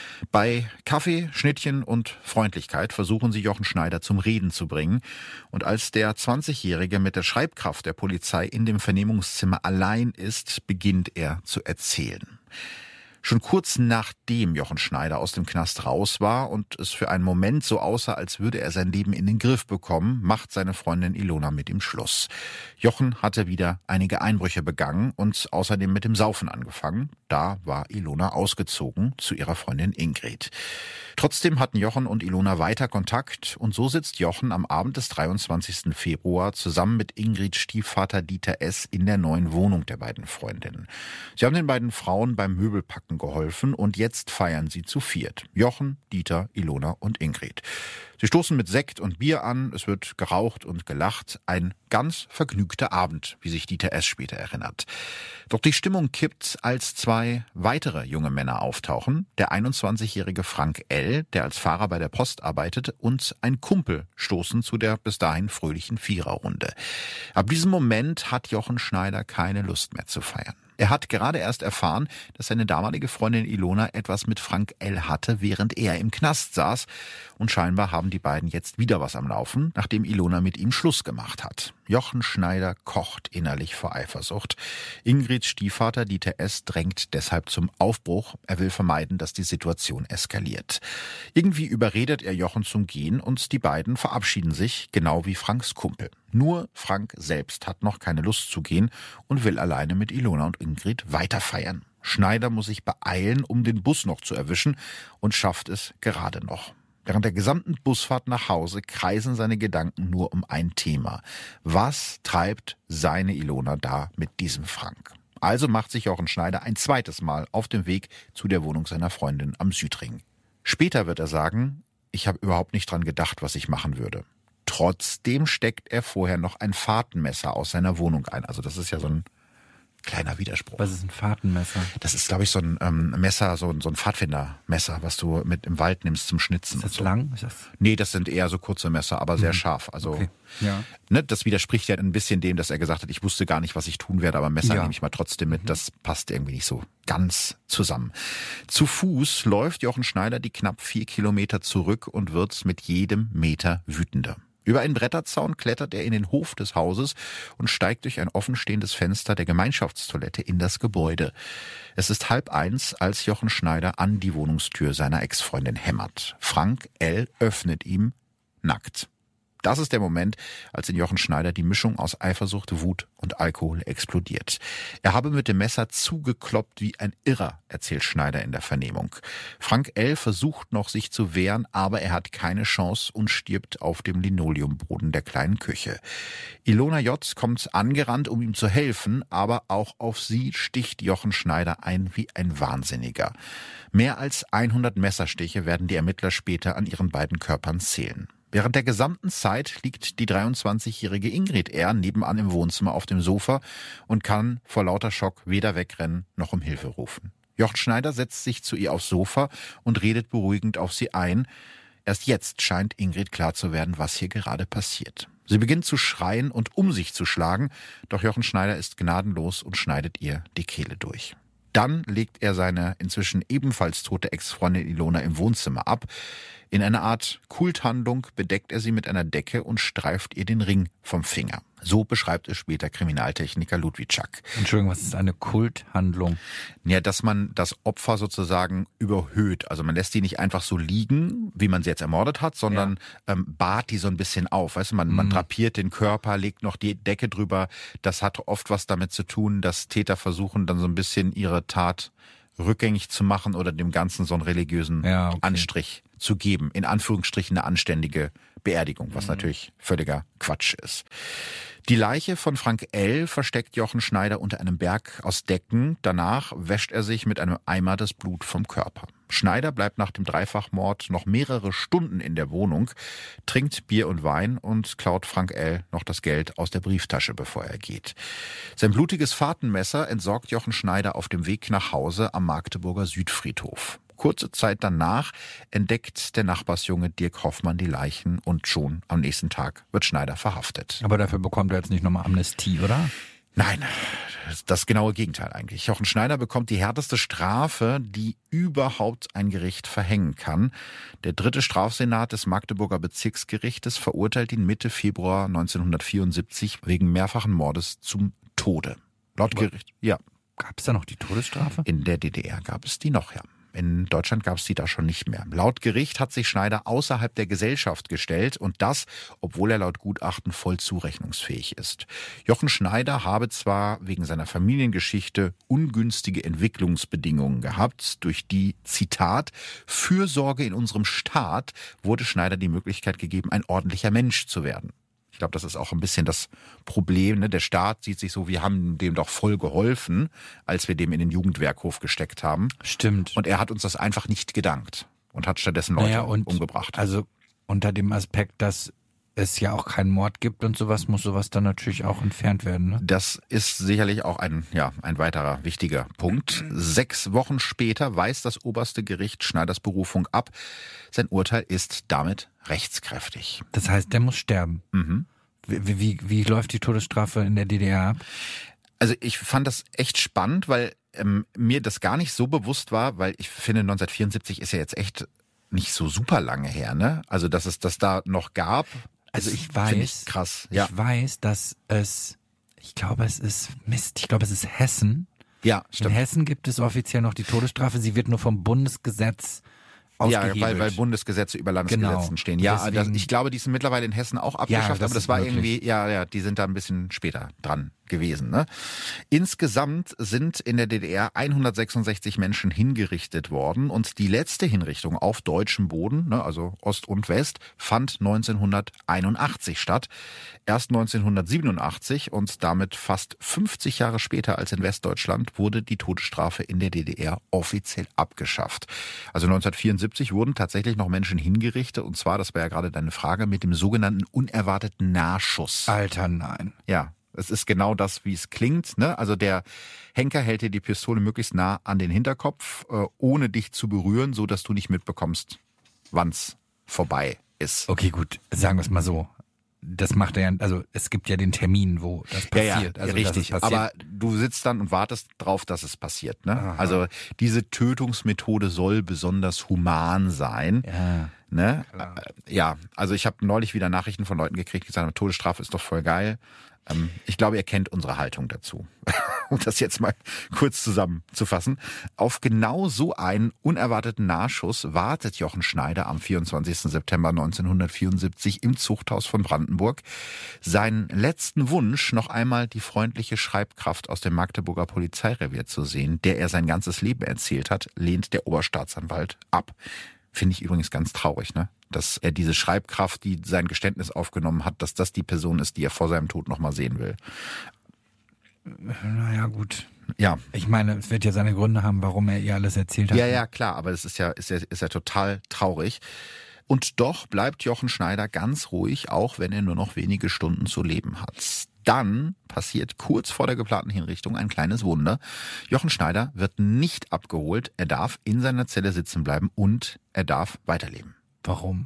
Bei Kaffee, Schnittchen und Freundlichkeit versuchen sie Jochen Schneider zum Reden zu bringen. Und als der zwanzigjährige mit der Schreibkraft der Polizei in dem Vernehmungszimmer allein ist, beginnt er zu erzählen. Schon kurz nachdem Jochen Schneider aus dem Knast raus war und es für einen Moment so aussah, als würde er sein Leben in den Griff bekommen, macht seine Freundin Ilona mit ihm Schluss. Jochen hatte wieder einige Einbrüche begangen und außerdem mit dem Saufen angefangen. Da war Ilona ausgezogen zu ihrer Freundin Ingrid. Trotzdem hatten Jochen und Ilona weiter Kontakt und so sitzt Jochen am Abend des dreiundzwanzigsten Februar zusammen mit Ingrids Stiefvater Dieter S. in der neuen Wohnung der beiden Freundinnen. Sie haben den beiden Frauen beim Möbelpacken geholfen und jetzt feiern sie zu viert. Jochen, Dieter, Ilona und Ingrid. Sie stoßen mit Sekt und Bier an, es wird geraucht und gelacht. Ein ganz vergnügter Abend, wie sich Dieter S. später erinnert. Doch die Stimmung kippt, als zwei weitere junge Männer auftauchen. Der einundzwanzigjährige Frank L., der als Fahrer bei der Post arbeitet, und ein Kumpel stoßen zu der bis dahin fröhlichen Viererrunde. Ab diesem Moment hat Jochen Schneider keine Lust mehr zu feiern. Er hat gerade erst erfahren, dass seine damalige Freundin Ilona etwas mit Frank L. hatte, während er im Knast saß. Und scheinbar haben die beiden jetzt wieder was am Laufen, nachdem Ilona mit ihm Schluss gemacht hat. Jochen Schneider kocht innerlich vor Eifersucht. Ingrids Stiefvater Dieter S. drängt deshalb zum Aufbruch. Er will vermeiden, dass die Situation eskaliert. Irgendwie überredet er Jochen zum Gehen und die beiden verabschieden sich, genau wie Franks Kumpel. Nur Frank selbst hat noch keine Lust zu gehen und will alleine mit Ilona und Ingrid weiter feiern. Schneider muss sich beeilen, um den Bus noch zu erwischen und schafft es gerade noch. Während der gesamten Busfahrt nach Hause kreisen seine Gedanken nur um ein Thema. Was treibt seine Ilona da mit diesem Frank? Also macht sich Jochen Schneider ein zweites Mal auf den Weg zu der Wohnung seiner Freundin am Südring. Später wird er sagen, ich habe überhaupt nicht dran gedacht, was ich machen würde. Trotzdem steckt er vorher noch ein Fahrtenmesser aus seiner Wohnung ein. Also das ist ja so ein kleiner Widerspruch. Was ist ein Fahrtenmesser? Das ist, glaube ich, so ein ähm, Messer, so, so ein Pfadfindermesser, was du mit im Wald nimmst zum Schnitzen. Ist das und so. lang? Ist das? Nee, das sind eher so kurze Messer, aber sehr Mhm. scharf. Also Okay. Ja. ne, das widerspricht ja ein bisschen dem, dass er gesagt hat, ich wusste gar nicht, was ich tun werde, aber Messer Ja. nehme ich mal trotzdem mit. Das passt irgendwie nicht so ganz zusammen. Zu Fuß läuft Jochen Schneider die knapp vier Kilometer zurück und wird mit jedem Meter wütender. Über einen Bretterzaun klettert er in den Hof des Hauses und steigt durch ein offenstehendes Fenster der Gemeinschaftstoilette in das Gebäude. Es ist halb eins, als Jochen Schneider an die Wohnungstür seiner Ex-Freundin hämmert. Frank L. öffnet ihm nackt. Das ist der Moment, als in Jochen Schneider die Mischung aus Eifersucht, Wut und Alkohol explodiert. Er habe mit dem Messer zugekloppt wie ein Irrer, erzählt Schneider in der Vernehmung. Frank L. versucht noch, sich zu wehren, aber er hat keine Chance und stirbt auf dem Linoleumboden der kleinen Küche. Ilona J. kommt angerannt, um ihm zu helfen, aber auch auf sie sticht Jochen Schneider ein wie ein Wahnsinniger. Mehr als hundert Messerstiche werden die Ermittler später an ihren beiden Körpern zählen. Während der gesamten Zeit liegt die dreiundzwanzigjährige Ingrid R. nebenan im Wohnzimmer auf dem Sofa und kann vor lauter Schock weder wegrennen noch um Hilfe rufen. Jochen Schneider setzt sich zu ihr aufs Sofa und redet beruhigend auf sie ein. Erst jetzt scheint Ingrid klar zu werden, was hier gerade passiert. Sie beginnt zu schreien und um sich zu schlagen, doch Jochen Schneider ist gnadenlos und schneidet ihr die Kehle durch. Dann legt er seine inzwischen ebenfalls tote Ex-Freundin Ilona im Wohnzimmer ab. In einer Art Kulthandlung bedeckt er sie mit einer Decke und streift ihr den Ring vom Finger. So beschreibt es später Kriminaltechniker Ludwitschak. Entschuldigung, was ist eine Kulthandlung? Ja, dass man das Opfer sozusagen überhöht. Also man lässt die nicht einfach so liegen, wie man sie jetzt ermordet hat, sondern ja. ähm, bahrt die so ein bisschen auf. Weißt du, man, mhm. man drapiert den Körper, legt noch die Decke drüber. Das hat oft was damit zu tun, dass Täter versuchen, dann so ein bisschen ihre Tat rückgängig zu machen oder dem Ganzen so einen religiösen ja, okay. Anstrich zu geben. In Anführungsstrichen eine anständige Beerdigung, was mhm. natürlich völliger Quatsch ist. Die Leiche von Frank L. versteckt Jochen Schneider unter einem Berg aus Decken. Danach wäscht er sich mit einem Eimer das Blut vom Körper. Schneider bleibt nach dem Dreifachmord noch mehrere Stunden in der Wohnung, trinkt Bier und Wein und klaut Frank L. noch das Geld aus der Brieftasche, bevor er geht. Sein blutiges Fahrtenmesser entsorgt Jochen Schneider auf dem Weg nach Hause am Magdeburger Südfriedhof. Kurze Zeit danach entdeckt der Nachbarsjunge Dirk Hoffmann die Leichen und schon am nächsten Tag wird Schneider verhaftet. Aber dafür bekommt er jetzt nicht nochmal Amnestie, oder? Nein, das genaue Gegenteil eigentlich. Jochen Schneider bekommt die härteste Strafe, die überhaupt ein Gericht verhängen kann. Der dritte Strafsenat des Magdeburger Bezirksgerichtes verurteilt ihn Mitte Februar neunzehnhundertvierundsiebzig wegen mehrfachen Mordes zum Tode. Laut Gericht, ja. Gab es da noch die Todesstrafe? In der D D R gab es die noch, ja. In Deutschland gab es die da schon nicht mehr. Laut Gericht hat sich Schneider außerhalb der Gesellschaft gestellt und das, obwohl er laut Gutachten voll zurechnungsfähig ist. Jochen Schneider habe zwar wegen seiner Familiengeschichte ungünstige Entwicklungsbedingungen gehabt, durch die, Zitat, Fürsorge in unserem Staat wurde Schneider die Möglichkeit gegeben, ein ordentlicher Mensch zu werden. Ich glaube, das ist auch ein bisschen das Problem. Ne? Der Staat sieht sich so, wir haben dem doch voll geholfen, als wir dem in den Jugendwerkhof gesteckt haben. Stimmt. Und er hat uns das einfach nicht gedankt und hat stattdessen Leute naja, und umgebracht. Also unter dem Aspekt, dass es ja auch keinen Mord gibt und sowas, muss sowas dann natürlich auch entfernt werden. Ne? Das ist sicherlich auch ein, ja, ein weiterer wichtiger Punkt. Sechs Wochen später weist das oberste Gericht Schneiders Berufung ab. Sein Urteil ist damit rechtskräftig. Das heißt, der muss sterben. Mhm. Wie, wie, wie läuft die Todesstrafe in der D D R ab? Also ich fand das echt spannend, weil ähm, mir das gar nicht so bewusst war, weil ich finde, neunzehnhundertvierundsiebzig ist ja jetzt echt nicht so super lange her, ne? Also dass es das da noch gab. Also ich weiß, ich krass. Ja. Ich weiß, dass es, ich glaube, es ist Mist. Ich glaube, es ist Hessen. Ja, stimmt. In Hessen gibt es offiziell noch die Todesstrafe. Sie wird nur vom Bundesgesetz ausgehebelt. Ja, weil, weil Bundesgesetze über Landesgesetzen genau. stehen. Ja, das, Deswegen, ich glaube, die sind mittlerweile in Hessen auch abgeschafft, ja, das aber das war möglich. irgendwie, ja, ja, die sind da ein bisschen später dran gewesen. Ne? Insgesamt sind in der D D R hundertsechsundsechzig Menschen hingerichtet worden und die letzte Hinrichtung auf deutschem Boden, ne, also Ost und West, fand neunzehnhunderteinundachtzig statt. Erst neunzehnhundertsiebenundachtzig und damit fast fünfzig Jahre später als in Westdeutschland wurde die Todesstrafe in der D D R offiziell abgeschafft. Also neunzehnhundertvierundsiebzig wurden tatsächlich noch Menschen hingerichtet und zwar, das war ja gerade deine Frage, mit dem sogenannten unerwarteten Nahschuss. Alter, nein. Ja. Es ist genau das, wie es klingt. Ne? Also der Henker hält dir die Pistole möglichst nah an den Hinterkopf, äh, ohne dich zu berühren, so dass du nicht mitbekommst, wann's vorbei ist. Okay, gut, sagen wir es mal so. Das macht er ja, also es gibt ja den Termin, wo das passiert. Ja, ja, also, richtig. Passiert. Aber du sitzt dann und wartest drauf, dass es passiert. Ne? Also diese Tötungsmethode soll besonders human sein. Ja. Ne? Äh, ja, also ich habe neulich wieder Nachrichten von Leuten gekriegt, die sagen, Todesstrafe ist doch voll geil. Ähm, ich glaube, ihr kennt unsere Haltung dazu. Um das jetzt mal kurz zusammenzufassen. Auf genau so einen unerwarteten Nahschuss wartet Jochen Schneider am vierundzwanzigsten September neunzehnhundertvierundsiebzig im Zuchthaus von Brandenburg. Seinen letzten Wunsch, noch einmal die freundliche Schreibkraft aus dem Magdeburger Polizeirevier zu sehen, der er sein ganzes Leben erzählt hat, lehnt der Oberstaatsanwalt ab. Finde ich übrigens ganz traurig, ne? Dass er diese Schreibkraft, die sein Geständnis aufgenommen hat, dass das die Person ist, die er vor seinem Tod nochmal sehen will. Naja, gut. Ja. Ich meine, es wird ja seine Gründe haben, warum er ihr alles erzählt hat. Ja, ja, klar, aber es ist ja, ist ja, ist ja total traurig. Und doch bleibt Jochen Schneider ganz ruhig, auch wenn er nur noch wenige Stunden zu leben hat. Dann passiert kurz vor der geplanten Hinrichtung ein kleines Wunder. Jochen Schneider wird nicht abgeholt, er darf in seiner Zelle sitzen bleiben und er darf weiterleben. Warum?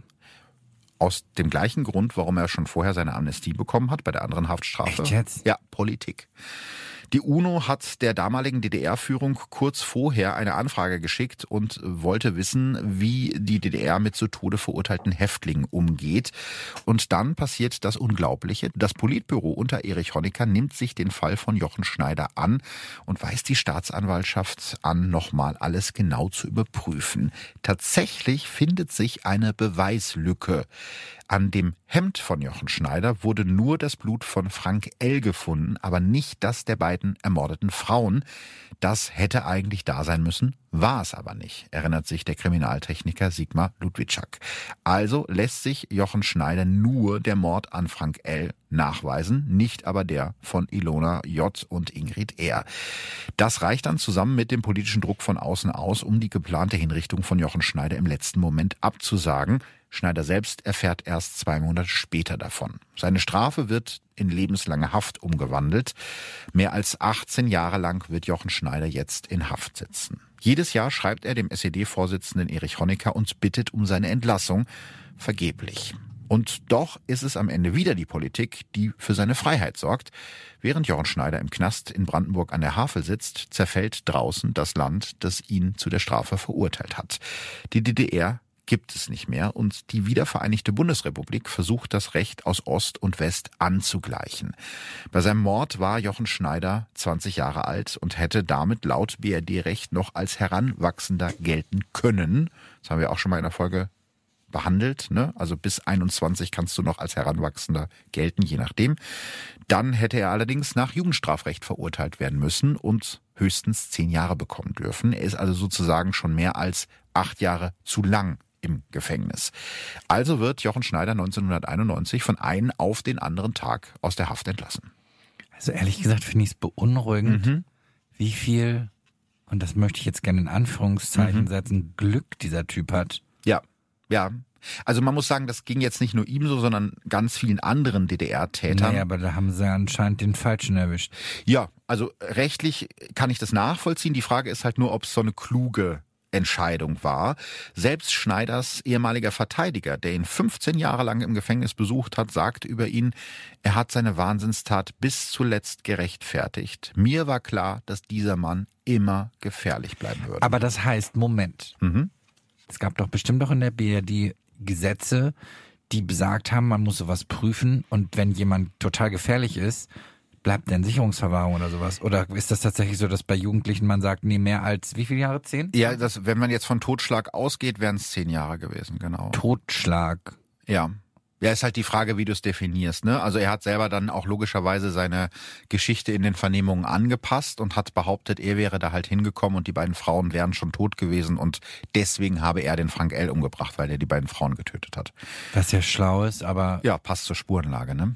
Aus dem gleichen Grund, warum er schon vorher seine Amnestie bekommen hat bei der anderen Haftstrafe. Echt jetzt? Ja, Politik. Die UNO hat der damaligen D D R-Führung kurz vorher eine Anfrage geschickt und wollte wissen, wie die D D R mit zu Tode verurteilten Häftlingen umgeht. Und dann passiert das Unglaubliche. Das Politbüro unter Erich Honecker nimmt sich den Fall von Jochen Schneider an und weist die Staatsanwaltschaft an, nochmal alles genau zu überprüfen. Tatsächlich findet sich eine Beweislücke. An dem Hemd von Jochen Schneider wurde nur das Blut von Frank L. gefunden, aber nicht das der beiden ermordeten Frauen. Das hätte eigentlich da sein müssen, war es aber nicht, erinnert sich der Kriminaltechniker Sigmar Ludwitschak. Also lässt sich Jochen Schneider nur der Mord an Frank L. nachweisen, nicht aber der von Ilona J. und Ingrid R. Das reicht dann zusammen mit dem politischen Druck von außen aus, um die geplante Hinrichtung von Jochen Schneider im letzten Moment abzusagen. Schneider selbst erfährt erst zwei Monate später davon. Seine Strafe wird in lebenslange Haft umgewandelt. Mehr als achtzehn Jahre lang wird Jochen Schneider jetzt in Haft sitzen. Jedes Jahr schreibt er dem S E D-Vorsitzenden Erich Honecker und bittet um seine Entlassung. Vergeblich. Und doch ist es am Ende wieder die Politik, die für seine Freiheit sorgt. Während Jochen Schneider im Knast in Brandenburg an der Havel sitzt, zerfällt draußen das Land, das ihn zu der Strafe verurteilt hat. Die D D R gibt es nicht mehr und die wiedervereinigte Bundesrepublik versucht, das Recht aus Ost und West anzugleichen. Bei seinem Mord war Jochen Schneider zwanzig Jahre alt und hätte damit laut B R D-Recht noch als Heranwachsender gelten können. Das haben wir auch schon mal in der Folge behandelt, ne? Also bis einundzwanzig kannst du noch als Heranwachsender gelten, je nachdem. Dann hätte er allerdings nach Jugendstrafrecht verurteilt werden müssen und höchstens zehn Jahre bekommen dürfen. Er ist also sozusagen schon mehr als acht Jahre zu lang im Gefängnis. Also wird Jochen Schneider neunzehnhunderteinundneunzig von einem auf den anderen Tag aus der Haft entlassen. Also ehrlich gesagt finde ich es beunruhigend, mhm. wie viel, und das möchte ich jetzt gerne in Anführungszeichen mhm. setzen, Glück dieser Typ hat. Ja, ja. Also man muss sagen, das ging jetzt nicht nur ihm so, sondern ganz vielen anderen D D R-Tätern. Naja, aber da haben sie anscheinend den Falschen erwischt. Ja, also rechtlich kann ich das nachvollziehen. Die Frage ist halt nur, ob es so eine kluge Entscheidung war. Selbst Schneiders ehemaliger Verteidiger, der ihn fünfzehn Jahre lang im Gefängnis besucht hat, sagt über ihn, er hat seine Wahnsinnstat bis zuletzt gerechtfertigt. Mir war klar, dass dieser Mann immer gefährlich bleiben würde. Aber das heißt, Moment, mhm. es gab doch bestimmt auch in der B R D Gesetze, die besagt haben, man muss sowas prüfen und wenn jemand total gefährlich ist, bleibt der in Sicherungsverwahrung oder sowas? Oder ist das tatsächlich so, dass bei Jugendlichen man sagt, nee, mehr als wie viele Jahre? Zehn? Ja, das, wenn man jetzt von Totschlag ausgeht, wären es zehn Jahre gewesen, genau. Totschlag? Ja. Ja, ist halt die Frage, wie du es definierst, ne? Also er hat selber dann auch logischerweise seine Geschichte in den Vernehmungen angepasst und hat behauptet, er wäre da halt hingekommen und die beiden Frauen wären schon tot gewesen und deswegen habe er den Frank L. umgebracht, weil er die beiden Frauen getötet hat. Was ja schlau ist, aber... Ja, passt zur Spurenlage, ne?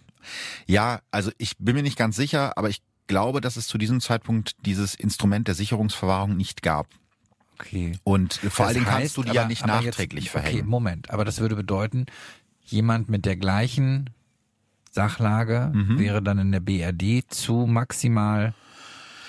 Ja, also ich bin mir nicht ganz sicher, aber ich glaube, dass es zu diesem Zeitpunkt dieses Instrument der Sicherungsverwahrung nicht gab. Okay. Und vor das allen Dingen heißt, kannst du die aber, ja nicht nachträglich jetzt, verhängen. Okay, Moment, aber das würde bedeuten, jemand mit der gleichen Sachlage mhm. wäre dann in der B R D zu maximal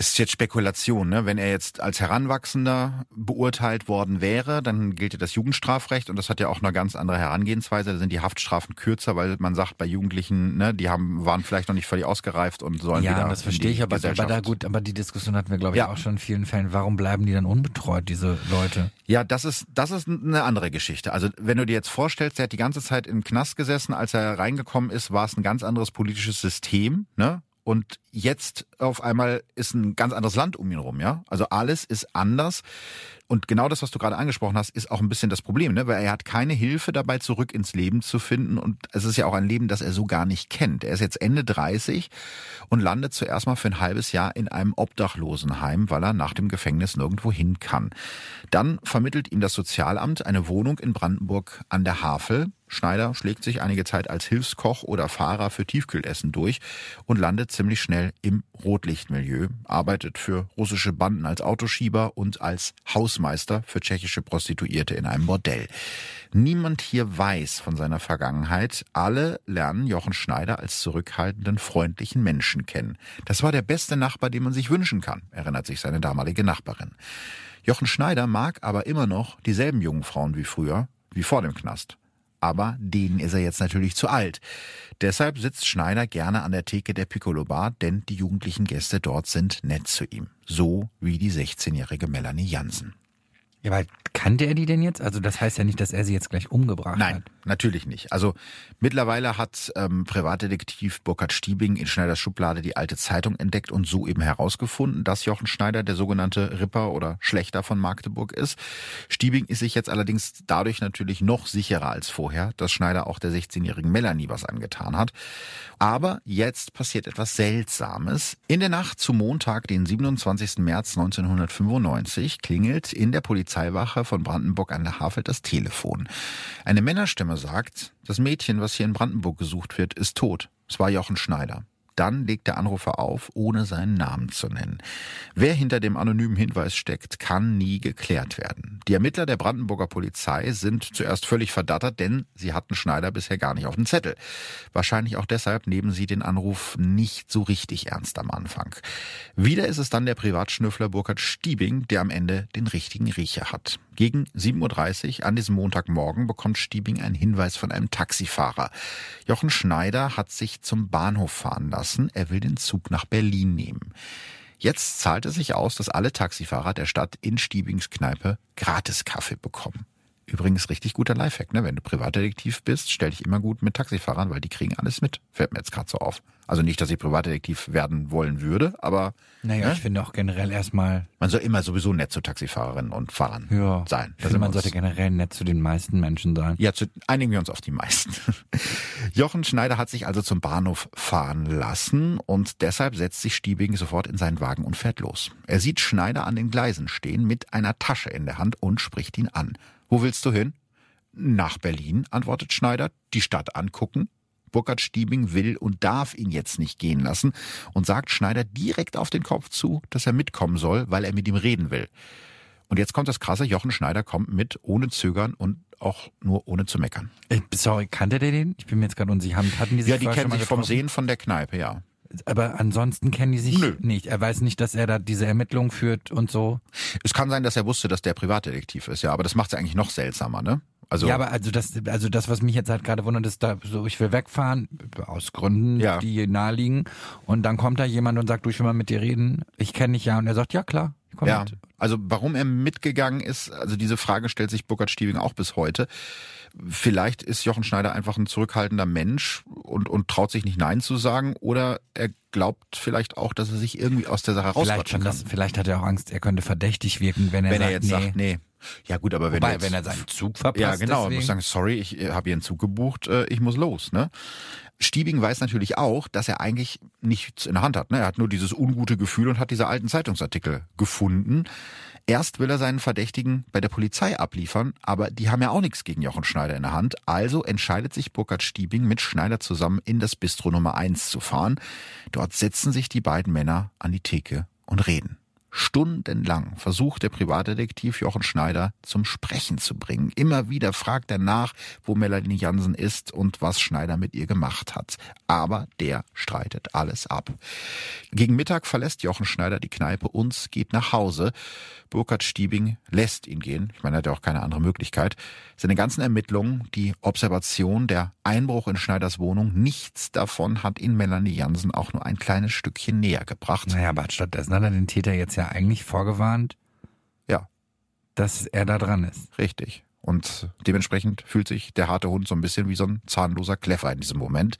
Ist jetzt Spekulation, ne? Wenn er jetzt als Heranwachsender beurteilt worden wäre, dann gilt ja das Jugendstrafrecht und das hat ja auch eine ganz andere Herangehensweise. Da sind die Haftstrafen kürzer, weil man sagt, bei Jugendlichen, ne, die haben, waren vielleicht noch nicht völlig ausgereift und sollen ja, wieder. Ja, das verstehe ich, aber, aber da gut, aber die Diskussion hatten wir, glaube ich, ja. auch schon in vielen Fällen. Warum bleiben die dann unbetreut, diese Leute? Ja, das ist, das ist eine andere Geschichte. Also wenn du dir jetzt vorstellst, der hat die ganze Zeit im Knast gesessen, als er reingekommen ist, war es ein ganz anderes politisches System, ne? Und jetzt auf einmal ist ein ganz anderes Land um ihn rum, ja? Also alles ist anders. Und genau das, was du gerade angesprochen hast, ist auch ein bisschen das Problem, ne? Weil er hat keine Hilfe dabei, zurück ins Leben zu finden. Und es ist ja auch ein Leben, das er so gar nicht kennt. Er ist jetzt Ende dreißig und landet zuerst mal für ein halbes Jahr in einem Obdachlosenheim, weil er nach dem Gefängnis nirgendwo hin kann. Dann vermittelt ihm das Sozialamt eine Wohnung in Brandenburg an der Havel. Schneider schlägt sich einige Zeit als Hilfskoch oder Fahrer für Tiefkühlessen durch und landet ziemlich schnell im Rotlichtmilieu, arbeitet für russische Banden als Autoschieber und als Hausmeister für tschechische Prostituierte in einem Bordell. Niemand hier weiß von seiner Vergangenheit. Alle lernen Jochen Schneider als zurückhaltenden, freundlichen Menschen kennen. Das war der beste Nachbar, den man sich wünschen kann, erinnert sich seine damalige Nachbarin. Jochen Schneider mag aber immer noch dieselben jungen Frauen wie früher, wie vor dem Knast. Aber denen ist er jetzt natürlich zu alt. Deshalb sitzt Schneider gerne an der Theke der Piccolo Bar, denn die jugendlichen Gäste dort sind nett zu ihm. So wie die sechzehnjährige Melanie Jansen. Ja, aber kannte er die denn jetzt? Also das heißt ja nicht, dass er sie jetzt gleich umgebracht Nein, hat. Nein, natürlich nicht. Also mittlerweile hat ähm, Privatdetektiv Burkhard Stiebing in Schneiders Schublade die alte Zeitung entdeckt und so eben herausgefunden, dass Jochen Schneider der sogenannte Ripper oder Schlächter von Magdeburg ist. Stiebing ist sich jetzt allerdings dadurch natürlich noch sicherer als vorher, dass Schneider auch der sechzehnjährigen Melanie was angetan hat. Aber jetzt passiert etwas Seltsames. In der Nacht zu Montag, den siebenundzwanzigsten März neunzehnhundertfünfundneunzig, klingelt in der Polizeiwache von Brandenburg an der Havel das Telefon. Eine Männerstimme sagt, das Mädchen, was hier in Brandenburg gesucht wird, ist tot. Es war Jochen Schneider. Dann legt der Anrufer auf, ohne seinen Namen zu nennen. Wer hinter dem anonymen Hinweis steckt, kann nie geklärt werden. Die Ermittler der Brandenburger Polizei sind zuerst völlig verdattert, denn sie hatten Schneider bisher gar nicht auf dem Zettel. Wahrscheinlich auch deshalb nehmen sie den Anruf nicht so richtig ernst am Anfang. Wieder ist es dann der Privatschnüffler Burkhard Stiebing, der am Ende den richtigen Riecher hat. Gegen sieben Uhr dreißig an diesem Montagmorgen bekommt Stiebing einen Hinweis von einem Taxifahrer. Jochen Schneider hat sich zum Bahnhof fahren lassen. Er will den Zug nach Berlin nehmen. Jetzt zahlt es sich aus, dass alle Taxifahrer der Stadt in Stiebings Kneipe Gratis-Kaffee bekommen. Übrigens richtig guter Lifehack, ne? Wenn du Privatdetektiv bist, stell dich immer gut mit Taxifahrern, weil die kriegen alles mit. Fällt mir jetzt gerade so auf. Also nicht, dass ich Privatdetektiv werden wollen würde, aber... Naja, ne? Ich finde auch generell erstmal... Man soll immer sowieso nett zu Taxifahrerinnen und Fahrern ja, sein. Ich finde, man sollte generell nett zu den meisten Menschen sein. Ja, zu, einigen wir uns auf die meisten. Jochen Schneider hat sich also zum Bahnhof fahren lassen und deshalb setzt sich Stiebing sofort in seinen Wagen und fährt los. Er sieht Schneider an den Gleisen stehen mit einer Tasche in der Hand und spricht ihn an. Wo willst du hin? Nach Berlin, antwortet Schneider. Die Stadt angucken. Burkhard Stiebing will und darf ihn jetzt nicht gehen lassen und sagt Schneider direkt auf den Kopf zu, dass er mitkommen soll, weil er mit ihm reden will. Und jetzt kommt das Krasse, Jochen Schneider kommt mit, ohne Zögern und auch nur ohne zu meckern. Ich, sorry, kannte der den? Ich bin mir jetzt gerade unsicher. Hatten die sich Ja, die kennen schon mal sich vom getroffen? Sehen von der Kneipe, ja. Aber ansonsten kennen die sich Nö. nicht. Er weiß nicht, dass er da diese Ermittlungen führt und so. Es kann sein, dass er wusste, dass der Privatdetektiv ist, ja, aber das macht es ja eigentlich noch seltsamer, ne? Also, ja, aber also das, also das, was mich jetzt halt gerade wundert, ist da so, ich will wegfahren, aus Gründen, Ja. die naheliegen. Und dann kommt da jemand und sagt, du, ich will mal mit dir reden. Ich kenne dich ja. Und er sagt, ja klar, ich komm ja, mit. also warum er mitgegangen ist, also diese Frage stellt sich Burkhard Stiebing auch bis heute. Vielleicht ist Jochen Schneider einfach ein zurückhaltender Mensch und, und traut sich nicht Nein zu sagen, oder er glaubt vielleicht auch, dass er sich irgendwie aus der Sache Vielleicht, rausquatschen schon kann. das, vielleicht hat er auch Angst, er könnte verdächtig wirken, wenn er wenn sagt, er jetzt nee. sagt, nee. Ja gut, aber wenn Wobei, er jetzt, wenn er seinen Zug verpasst, ja genau, er deswegen. muss sagen, sorry, ich habe hier einen Zug gebucht, äh, ich muss los, ne? Stiebing weiß natürlich auch, dass er eigentlich nichts in der Hand hat, ne? Er hat nur dieses ungute Gefühl und hat diese alten Zeitungsartikel gefunden. Erst will er seinen Verdächtigen bei der Polizei abliefern, aber die haben ja auch nichts gegen Jochen Schneider in der Hand. Also entscheidet sich Burkhard Stiebing mit Schneider zusammen in das Bistro Nummer eins zu fahren. Dort setzen sich die beiden Männer an die Theke und reden. Stundenlang versucht der Privatdetektiv Jochen Schneider zum Sprechen zu bringen. Immer wieder fragt er nach, wo Melanie Jansen ist und was Schneider mit ihr gemacht hat. Aber der streitet alles ab. Gegen Mittag verlässt Jochen Schneider die Kneipe und geht nach Hause. Burkhard Stiebing lässt ihn gehen. Ich meine, er hat ja auch keine andere Möglichkeit. Seine ganzen Ermittlungen, die Observation, der Einbruch in Schneiders Wohnung, nichts davon hat ihn Melanie Jansen auch nur ein kleines Stückchen näher gebracht. Naja, aber stattdessen hat er den Täter jetzt ja eigentlich vorgewarnt, ja, dass er da dran ist. Richtig. Und dementsprechend fühlt sich der harte Hund so ein bisschen wie so ein zahnloser Kläffer in diesem Moment.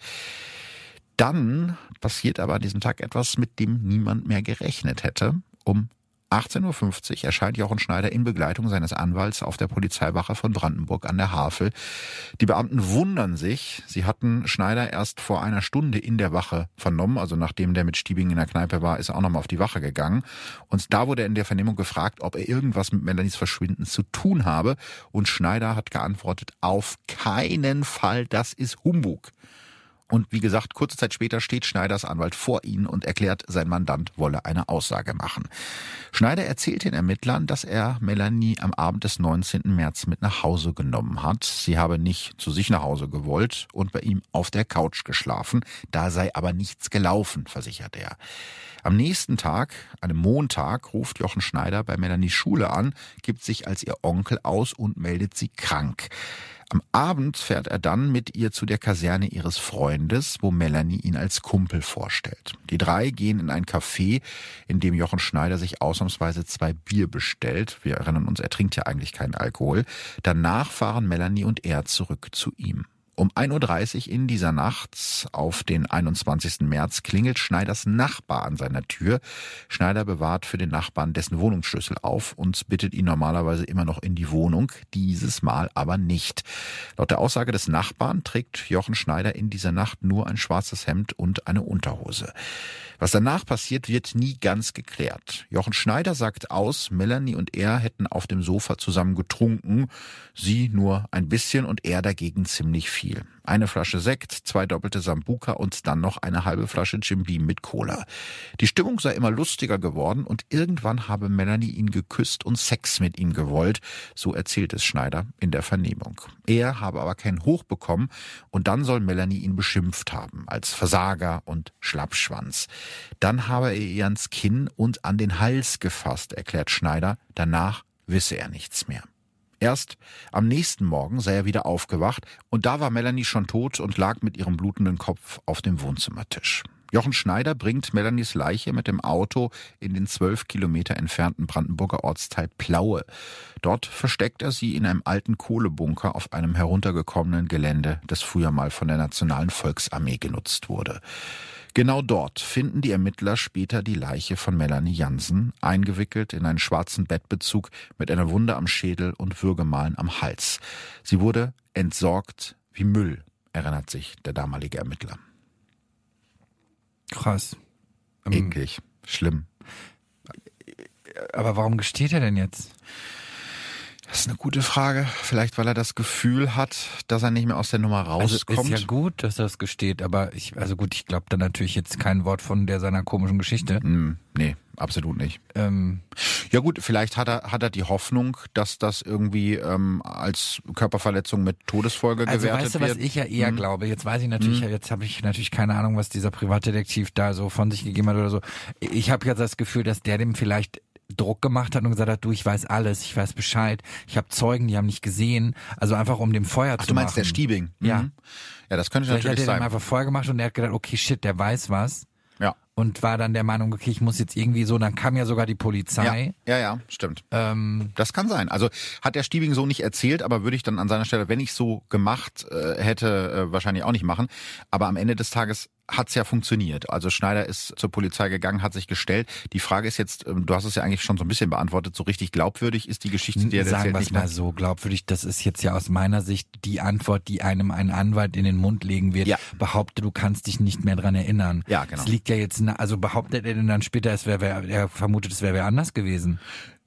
Dann passiert aber an diesem Tag etwas, mit dem niemand mehr gerechnet hätte. Um achtzehn Uhr fünfzig erscheint Jochen Schneider in Begleitung seines Anwalts auf der Polizeiwache von Brandenburg an der Havel. Die Beamten wundern sich. Sie hatten Schneider erst vor einer Stunde in der Wache vernommen. Also nachdem der mit Stiebing in der Kneipe war, ist er auch nochmal auf die Wache gegangen. Und da wurde er in der Vernehmung gefragt, ob er irgendwas mit Melanies Verschwinden zu tun habe. Und Schneider hat geantwortet, auf keinen Fall, das ist Humbug. Und wie gesagt, kurze Zeit später steht Schneiders Anwalt vor ihnen und erklärt, sein Mandant wolle eine Aussage machen. Schneider erzählt den Ermittlern, dass er Melanie am Abend des neunzehnten März mit nach Hause genommen hat. Sie habe nicht zu sich nach Hause gewollt und bei ihm auf der Couch geschlafen. Da sei aber nichts gelaufen, versichert er. Am nächsten Tag, einem Montag, ruft Jochen Schneider bei Melanies Schule an, gibt sich als ihr Onkel aus und meldet sie krank. Am Abend fährt er dann mit ihr zu der Kaserne ihres Freundes, wo Melanie ihn als Kumpel vorstellt. Die drei gehen in ein Café, in dem Jochen Schneider sich ausnahmsweise zwei Bier bestellt. Wir erinnern uns, er trinkt ja eigentlich keinen Alkohol. Danach fahren Melanie und er zurück zu ihm. Um ein Uhr dreißig in dieser Nacht auf den einundzwanzigsten März klingelt Schneiders Nachbar an seiner Tür. Schneider bewahrt für den Nachbarn dessen Wohnungsschlüssel auf und bittet ihn normalerweise immer noch in die Wohnung, dieses Mal aber nicht. Laut der Aussage des Nachbarn trägt Jochen Schneider in dieser Nacht nur ein schwarzes Hemd und eine Unterhose. Was danach passiert, wird nie ganz geklärt. Jochen Schneider sagt aus, Melanie und er hätten auf dem Sofa zusammen getrunken, sie nur ein bisschen und er dagegen ziemlich viel. Eine Flasche Sekt, zwei doppelte Sambuca und dann noch eine halbe Flasche Jim Beam mit Cola. Die Stimmung sei immer lustiger geworden und irgendwann habe Melanie ihn geküsst und Sex mit ihm gewollt, so erzählt es Schneider in der Vernehmung. Er habe aber kein Hoch bekommen und dann soll Melanie ihn beschimpft haben als Versager und Schlappschwanz. Dann habe er ihr ans Kinn und an den Hals gefasst, erklärt Schneider. Danach wisse er nichts mehr. Erst am nächsten Morgen sei er wieder aufgewacht und da war Melanie schon tot und lag mit ihrem blutenden Kopf auf dem Wohnzimmertisch. Jochen Schneider bringt Melanies Leiche mit dem Auto in den zwölf Kilometer entfernten Brandenburger Ortsteil Plaue. Dort versteckt er sie in einem alten Kohlebunker auf einem heruntergekommenen Gelände, das früher mal von der Nationalen Volksarmee genutzt wurde. Genau dort finden die Ermittler später die Leiche von Melanie Jansen, eingewickelt in einen schwarzen Bettbezug mit einer Wunde am Schädel und Würgemalen am Hals. Sie wurde entsorgt wie Müll, erinnert sich der damalige Ermittler. Krass. Ähm, Eklig, schlimm. Aber warum gesteht er denn jetzt? Das ist eine gute Frage. Vielleicht, weil er das Gefühl hat, dass er nicht mehr aus der Nummer rauskommt. Also ist ja gut, dass er das gesteht, aber ich, also gut, ich glaube da natürlich jetzt kein Wort von der seiner komischen Geschichte. Mm, nee, absolut nicht. Ähm, ja gut, vielleicht hat er hat er die Hoffnung, dass das irgendwie ähm, als Körperverletzung mit Todesfolge also gewertet weißt du, wird. was ich ja eher hm. glaube? Jetzt weiß ich natürlich, hm. jetzt habe ich natürlich keine Ahnung, was dieser Privatdetektiv da so von sich gegeben hat oder so. Ich habe jetzt das Gefühl, dass der dem vielleicht Druck gemacht hat und gesagt hat, du, ich weiß alles, ich weiß Bescheid, ich habe Zeugen, die haben nicht gesehen, also einfach um dem Feuer Ach, zu machen. du meinst der Stiebing? Ja. Mhm. Ja, das könnte Vielleicht natürlich hat er sein. dem einfach Feuer gemacht und er hat gedacht, okay, shit, der weiß was. Ja. Und war dann der Meinung, okay, ich muss jetzt irgendwie so, dann kam ja sogar die Polizei. Ja, ja, ja stimmt. Ähm, das kann sein. Also hat der Stiebing so nicht erzählt, aber würde ich dann an seiner Stelle, wenn ich so gemacht äh, hätte, äh, wahrscheinlich auch nicht machen. Aber am Ende des Tages hat's ja funktioniert. Also Schneider ist zur Polizei gegangen, hat sich gestellt. Die Frage ist jetzt, du hast es ja eigentlich schon so ein bisschen beantwortet, so richtig glaubwürdig ist die Geschichte, die er Sagen erzählt wir es nicht mal mehr. so, glaubwürdig, das ist jetzt ja aus meiner Sicht die Antwort, die einem ein Anwalt in den Mund legen wird. Ja. Behaupte, du kannst dich nicht mehr dran erinnern. Ja, genau. Es liegt ja jetzt, na, also behauptet er denn dann später, es wäre, er vermutet, es wäre wer anders gewesen?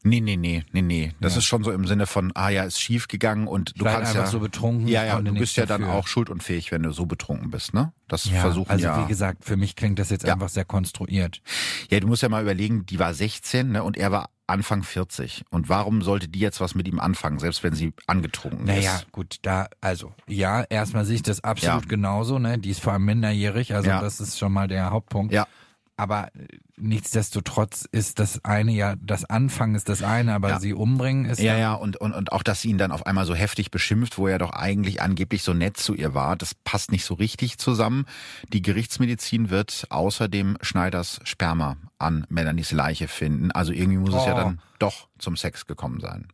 Nee, nee, nee, nee, nee. Das Ja. ist schon so im Sinne von, ah ja, ist schief gegangen und du Ich war kannst einfach ja so betrunken. Ja, ja, konnte du nichts bist ja dann dafür. auch schuldunfähig, wenn du so betrunken bist, ne? Das Ja, versuchen also ja. wie gesagt, für mich klingt das jetzt Ja. einfach sehr konstruiert. Ja, du musst ja mal überlegen, die war sechzehn, ne, und er war Anfang vierzig. Und warum sollte die jetzt was mit ihm anfangen, selbst wenn sie angetrunken Naja, ist? gut, da, also, ja, erstmal sehe ich das absolut Ja. genauso, ne? Die ist vor allem minderjährig, also Ja. das ist schon mal der Hauptpunkt. Ja. Aber äh, nichtsdestotrotz ist das eine ja, das Anfangen ist das eine, aber Ja. sie umbringen ist Ja, dann, ja, und, und, und auch, dass sie ihn dann auf einmal so heftig beschimpft, wo er doch eigentlich angeblich so nett zu ihr war, das passt nicht so richtig zusammen. Die Gerichtsmedizin wird außerdem Schneiders Sperma an Melanies Leiche finden. Also irgendwie muss es ja Oh. dann doch zum Sex gekommen sein.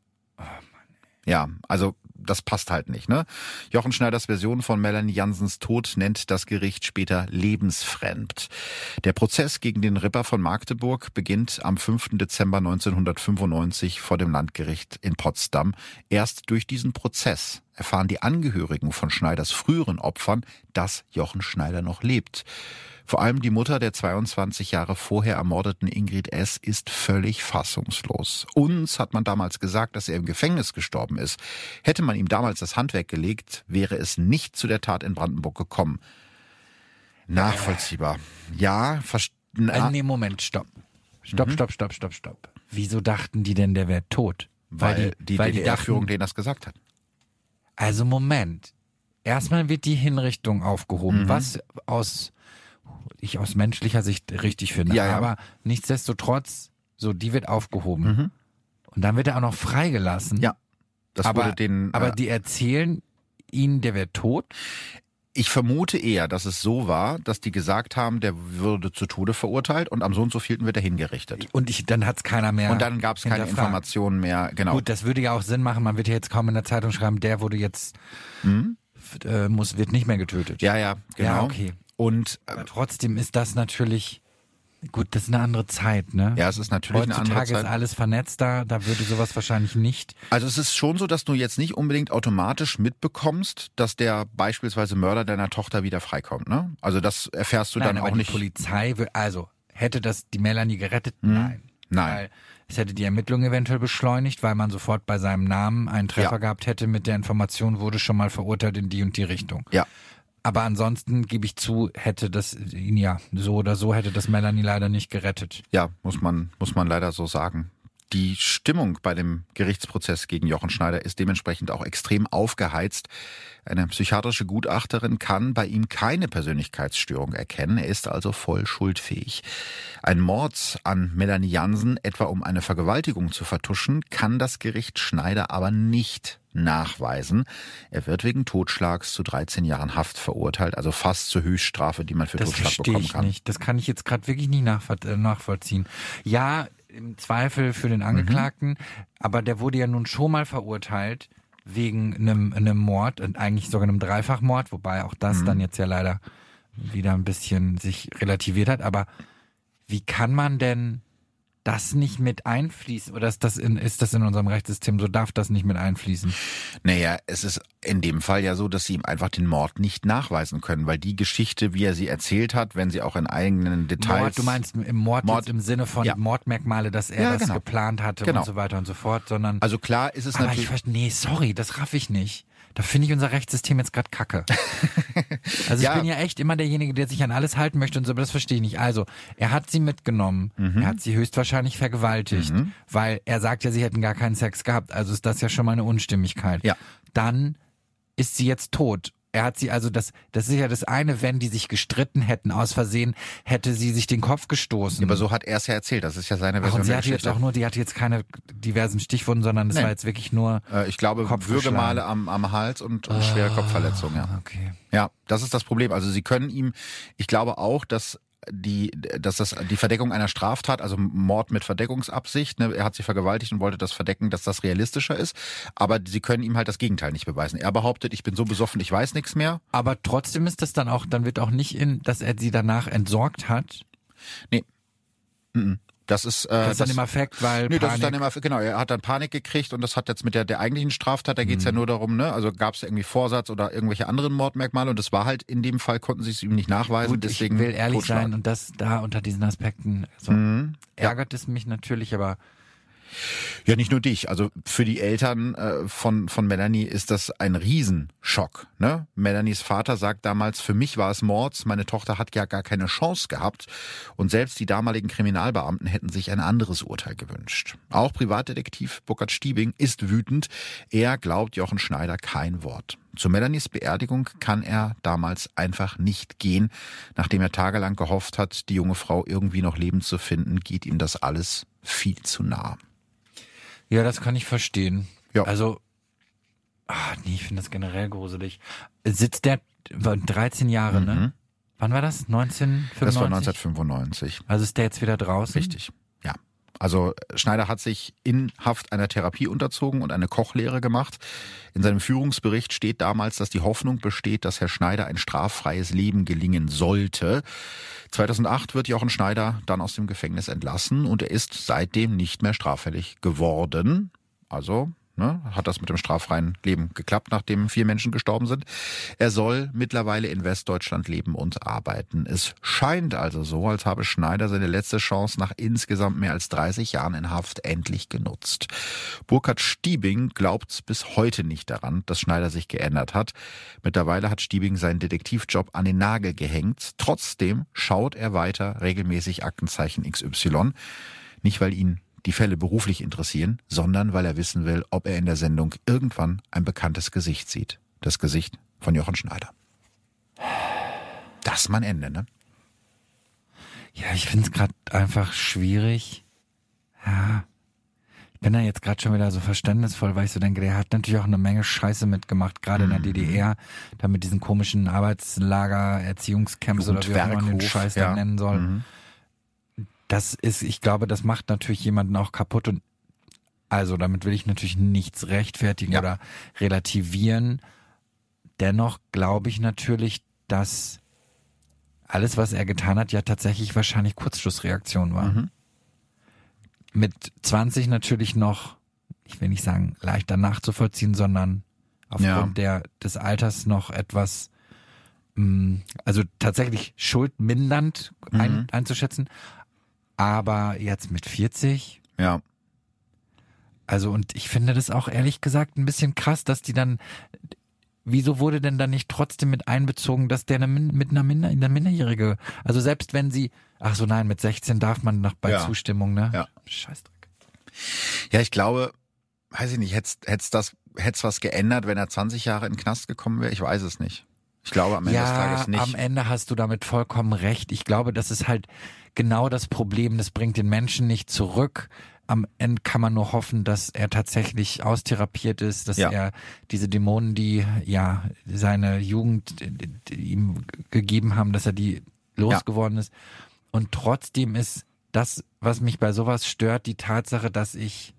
Ja, also das passt halt nicht, ne? Jochen Schneiders Version von Melanie Jansens Tod nennt das Gericht später lebensfremd. Der Prozess gegen den Ripper von Magdeburg beginnt am fünften Dezember neunzehnhundertfünfundneunzig vor dem Landgericht in Potsdam. Erst durch diesen Prozess erfahren die Angehörigen von Schneiders früheren Opfern, dass Jochen Schneider noch lebt. Vor allem die Mutter der zweiundzwanzig Jahre vorher ermordeten Ingrid S. ist völlig fassungslos. Uns hat man damals gesagt, dass er im Gefängnis gestorben ist. Hätte man ihm damals das Handwerk gelegt, wäre es nicht zu der Tat in Brandenburg gekommen. Nachvollziehbar. Ja, verstehe. Also, nee, Moment, stopp. Stopp, Mhm. stopp, stopp, stopp, stopp. Wieso dachten die denn, der wäre tot? Weil die weil D D R-Führung dachten, denen das gesagt hat. also Moment. Erstmal wird die Hinrichtung aufgehoben, Mhm. was aus ich aus menschlicher Sicht richtig finde. Ja, ja. Aber nichtsdestotrotz, so die wird aufgehoben. Mhm. Und dann wird er auch noch freigelassen. Ja. Das aber wurde den, aber äh, die erzählen ihnen, der wäre tot. ich vermute eher, dass es so war, dass die gesagt haben, der würde zu Tode verurteilt und am so und so vielten wird er hingerichtet. Und ich, dann hat's keiner mehr. Und dann gab es keine hinterfragt. Informationen mehr. Genau. Gut, das würde ja auch Sinn machen. Man wird ja jetzt kaum in der Zeitung schreiben, der wurde jetzt Mhm. f- äh, muss wird nicht mehr getötet. Ja, ja, genau. Ja, okay. Und äh, Aber trotzdem ist das natürlich gut. Das ist eine andere Zeit, ne? ja, es ist natürlich eine andere Heutzutage ist Zeit. alles vernetzt da. Da würde sowas wahrscheinlich nicht. Also es ist schon so, dass du jetzt nicht unbedingt automatisch mitbekommst, dass der beispielsweise Mörder deiner Tochter wieder freikommt. Ne? Also das erfährst du Nein, dann aber auch die nicht. Polizei will, also hätte das die Melanie gerettet? Hm, Nein. nein. Weil es hätte die Ermittlungen eventuell beschleunigt, weil man sofort bei seinem Namen einen Treffer Ja. gehabt hätte mit der Information, wurde schon mal verurteilt in die und die Richtung. Ja. Aber ansonsten gebe ich zu, hätte das ihn ja so oder so hätte das Melanie leider nicht gerettet. Ja, muss man, muss man leider so sagen. Die Stimmung bei dem Gerichtsprozess gegen Jochen Schneider ist dementsprechend auch extrem aufgeheizt. Eine psychiatrische Gutachterin kann bei ihm keine Persönlichkeitsstörung erkennen. Er ist also voll schuldfähig. Ein Mord an Melanie Jansen, etwa um eine Vergewaltigung zu vertuschen, kann das Gericht Schneider aber nicht nachweisen. Er wird wegen Totschlags zu dreizehn Jahren Haft verurteilt, also fast zur Höchststrafe, die man für Das Totschlag verstehe bekommen ich kann. nicht. Das kann ich jetzt gerade wirklich nicht nachvoll äh, nachvollziehen. Ja, im Zweifel für den Angeklagten, aber der wurde ja nun schon mal verurteilt wegen einem, einem Mord und eigentlich sogar einem Dreifachmord, wobei auch das Mhm. dann jetzt ja leider wieder ein bisschen sich relativiert hat. Aber wie kann man denn das nicht mit einfließen? Oder ist das in, ist das in unserem Rechtssystem so? Darf das nicht mit einfließen? Naja, es ist in dem Fall ja so, dass sie ihm einfach den Mord nicht nachweisen können, weil die Geschichte, wie er sie erzählt hat, wenn sie auch in eigenen Details... Mord, du meinst im Mord, Mord- jetzt im Sinne von Ja. Mordmerkmale, dass er Ja, das genau. geplant hatte Genau. und so weiter und so fort, sondern Also klar ist es aber natürlich... ich verstehe, nee, sorry, das raff ich nicht. Da finde ich unser Rechtssystem jetzt gerade kacke. Also Ja. ich bin ja echt immer derjenige, der sich an alles halten möchte und so, aber das verstehe ich nicht. Also, er hat sie mitgenommen, er hat sie höchstwahrscheinlich vergewaltigt, Mhm. weil er sagt ja, sie hätten gar keinen Sex gehabt, also ist das ja schon mal eine Unstimmigkeit. Ja. Dann ist sie jetzt tot. Er hat sie also, das, das ist ja das eine, wenn die sich gestritten hätten, aus Versehen, hätte sie sich den Kopf gestoßen. Aber so hat er es ja erzählt, das ist ja seine Ach, Version und sie der hatte jetzt Geschichte. auch nur, die hatte jetzt keine diversen Stichwunden, sondern das Nee. war jetzt wirklich nur Äh, ich glaube, Kopfgeschlagen. Würgemale am, am Hals und, und schwere Kopfverletzung, ja. Okay. Ja, das ist das Problem. Also sie können ihm, ich glaube auch, dass die, dass das die Verdeckung einer Straftat, also Mord mit Verdeckungsabsicht, ne, er hat sie vergewaltigt und wollte das verdecken, dass das realistischer ist, aber sie können ihm halt das Gegenteil nicht beweisen. Er behauptet, ich bin so besoffen, ich weiß nichts mehr. Aber trotzdem ist das dann auch, dann wird auch nicht in, dass er sie danach entsorgt hat. Nee. Mhm. Das ist, äh, Das ist dann im Affekt, weil Nö, Panik. das ist dann immer, genau, er hat dann Panik gekriegt und das hat jetzt mit der, der eigentlichen Straftat, da geht's ja nur darum, ne, also gab es irgendwie Vorsatz oder irgendwelche anderen Mordmerkmale und das war halt, in dem Fall konnten sie es ihm nicht nachweisen, Gut, deswegen ich will ehrlich Totschlag. sein und das da unter diesen Aspekten, so Mhm. Ja. ärgert es mich natürlich, aber Ja, nicht nur dich. Also für die Eltern äh, von von Melanie ist das ein Riesenschock. Ne? Melanies Vater sagt damals, für mich war es Mord, meine Tochter hat ja gar keine Chance gehabt. Und selbst die damaligen Kriminalbeamten hätten sich ein anderes Urteil gewünscht. Auch Privatdetektiv Burkhard Stiebing ist wütend. Er glaubt Jochen Schneider kein Wort. Zu Melanies Beerdigung kann er damals einfach nicht gehen. Nachdem er tagelang gehofft hat, die junge Frau irgendwie noch lebend zu finden, geht ihm das alles viel zu nah. Ja, das kann ich verstehen. Ja. Also, ach nee, ich finde das generell gruselig. Sitzt der dreizehn Jahre, Mhm. ne? Wann war das? neunzehnhundertfünfundneunzig? Das war neunzehnhundertfünfundneunzig. Also ist der jetzt wieder draußen? Richtig, ja. Also Schneider hat sich in Haft einer Therapie unterzogen und eine Kochlehre gemacht. In seinem Führungsbericht steht damals, dass die Hoffnung besteht, dass Herr Schneider ein straffreies Leben gelingen sollte. zweitausendacht wird Jochen Schneider dann aus dem Gefängnis entlassen und er ist seitdem nicht mehr straffällig geworden. Also ne, hat das mit dem straffreien Leben geklappt, nachdem vier Menschen gestorben sind. Er soll mittlerweile in Westdeutschland leben und arbeiten. Es scheint also so, als habe Schneider seine letzte Chance nach insgesamt mehr als dreißig Jahren in Haft endlich genutzt. Burkhard Stiebing glaubt bis heute nicht daran, dass Schneider sich geändert hat. Mittlerweile hat Stiebing seinen Detektivjob an den Nagel gehängt. Trotzdem schaut er weiter regelmäßig Aktenzeichen X Y. Nicht, weil ihn die Fälle beruflich interessieren, sondern weil er wissen will, ob er in der Sendung irgendwann ein bekanntes Gesicht sieht. Das Gesicht von Jochen Schneider. Das ist mein Ende, ne? Ja, ich finde es gerade einfach schwierig. Ja, ich bin da jetzt gerade schon wieder so verständnisvoll, weil ich so denke, der hat natürlich auch eine Menge Scheiße mitgemacht, gerade in der D D R, da mit diesen komischen Arbeitslager, Erziehungscamps oder wie auch immer man den Scheiß ja. da nennen soll. Mhm. Das ist, ich glaube, das macht natürlich jemanden auch kaputt und also damit will ich natürlich nichts rechtfertigen Ja. oder relativieren. Dennoch glaube ich natürlich, dass alles, was er getan hat, ja tatsächlich wahrscheinlich Kurzschlussreaktion war. Mhm. Mit zwanzig natürlich noch, ich will nicht sagen leichter nachzuvollziehen, sondern aufgrund Ja. der des Alters noch etwas, mh, also tatsächlich schuldmindernd ein, Mhm. einzuschätzen. Aber jetzt mit vierzig, Ja. also und ich finde das auch ehrlich gesagt ein bisschen krass, dass die dann, wieso wurde denn dann nicht trotzdem mit einbezogen, dass der eine, Min- mit einer, Minder, einer Minderjährige, also selbst wenn sie, ach so nein, mit sechzehn darf man noch bei Ja. Zustimmung, ne? Ja. Scheißdreck. Ja, ich glaube, weiß ich nicht, hätte es das, hätt's was geändert, wenn er zwanzig Jahre in den Knast gekommen wäre? Ich weiß es nicht. Ich glaube am Ende des Ja, Tages nicht. am Ende hast du damit vollkommen recht. Ich glaube, das ist halt genau das Problem. Das bringt den Menschen nicht zurück. Am Ende kann man nur hoffen, dass er tatsächlich austherapiert ist, dass Ja. er diese Dämonen, die ja seine Jugend die ihm gegeben haben, dass er die losgeworden ist. Und trotzdem ist das, was mich bei sowas stört, die Tatsache, dass ich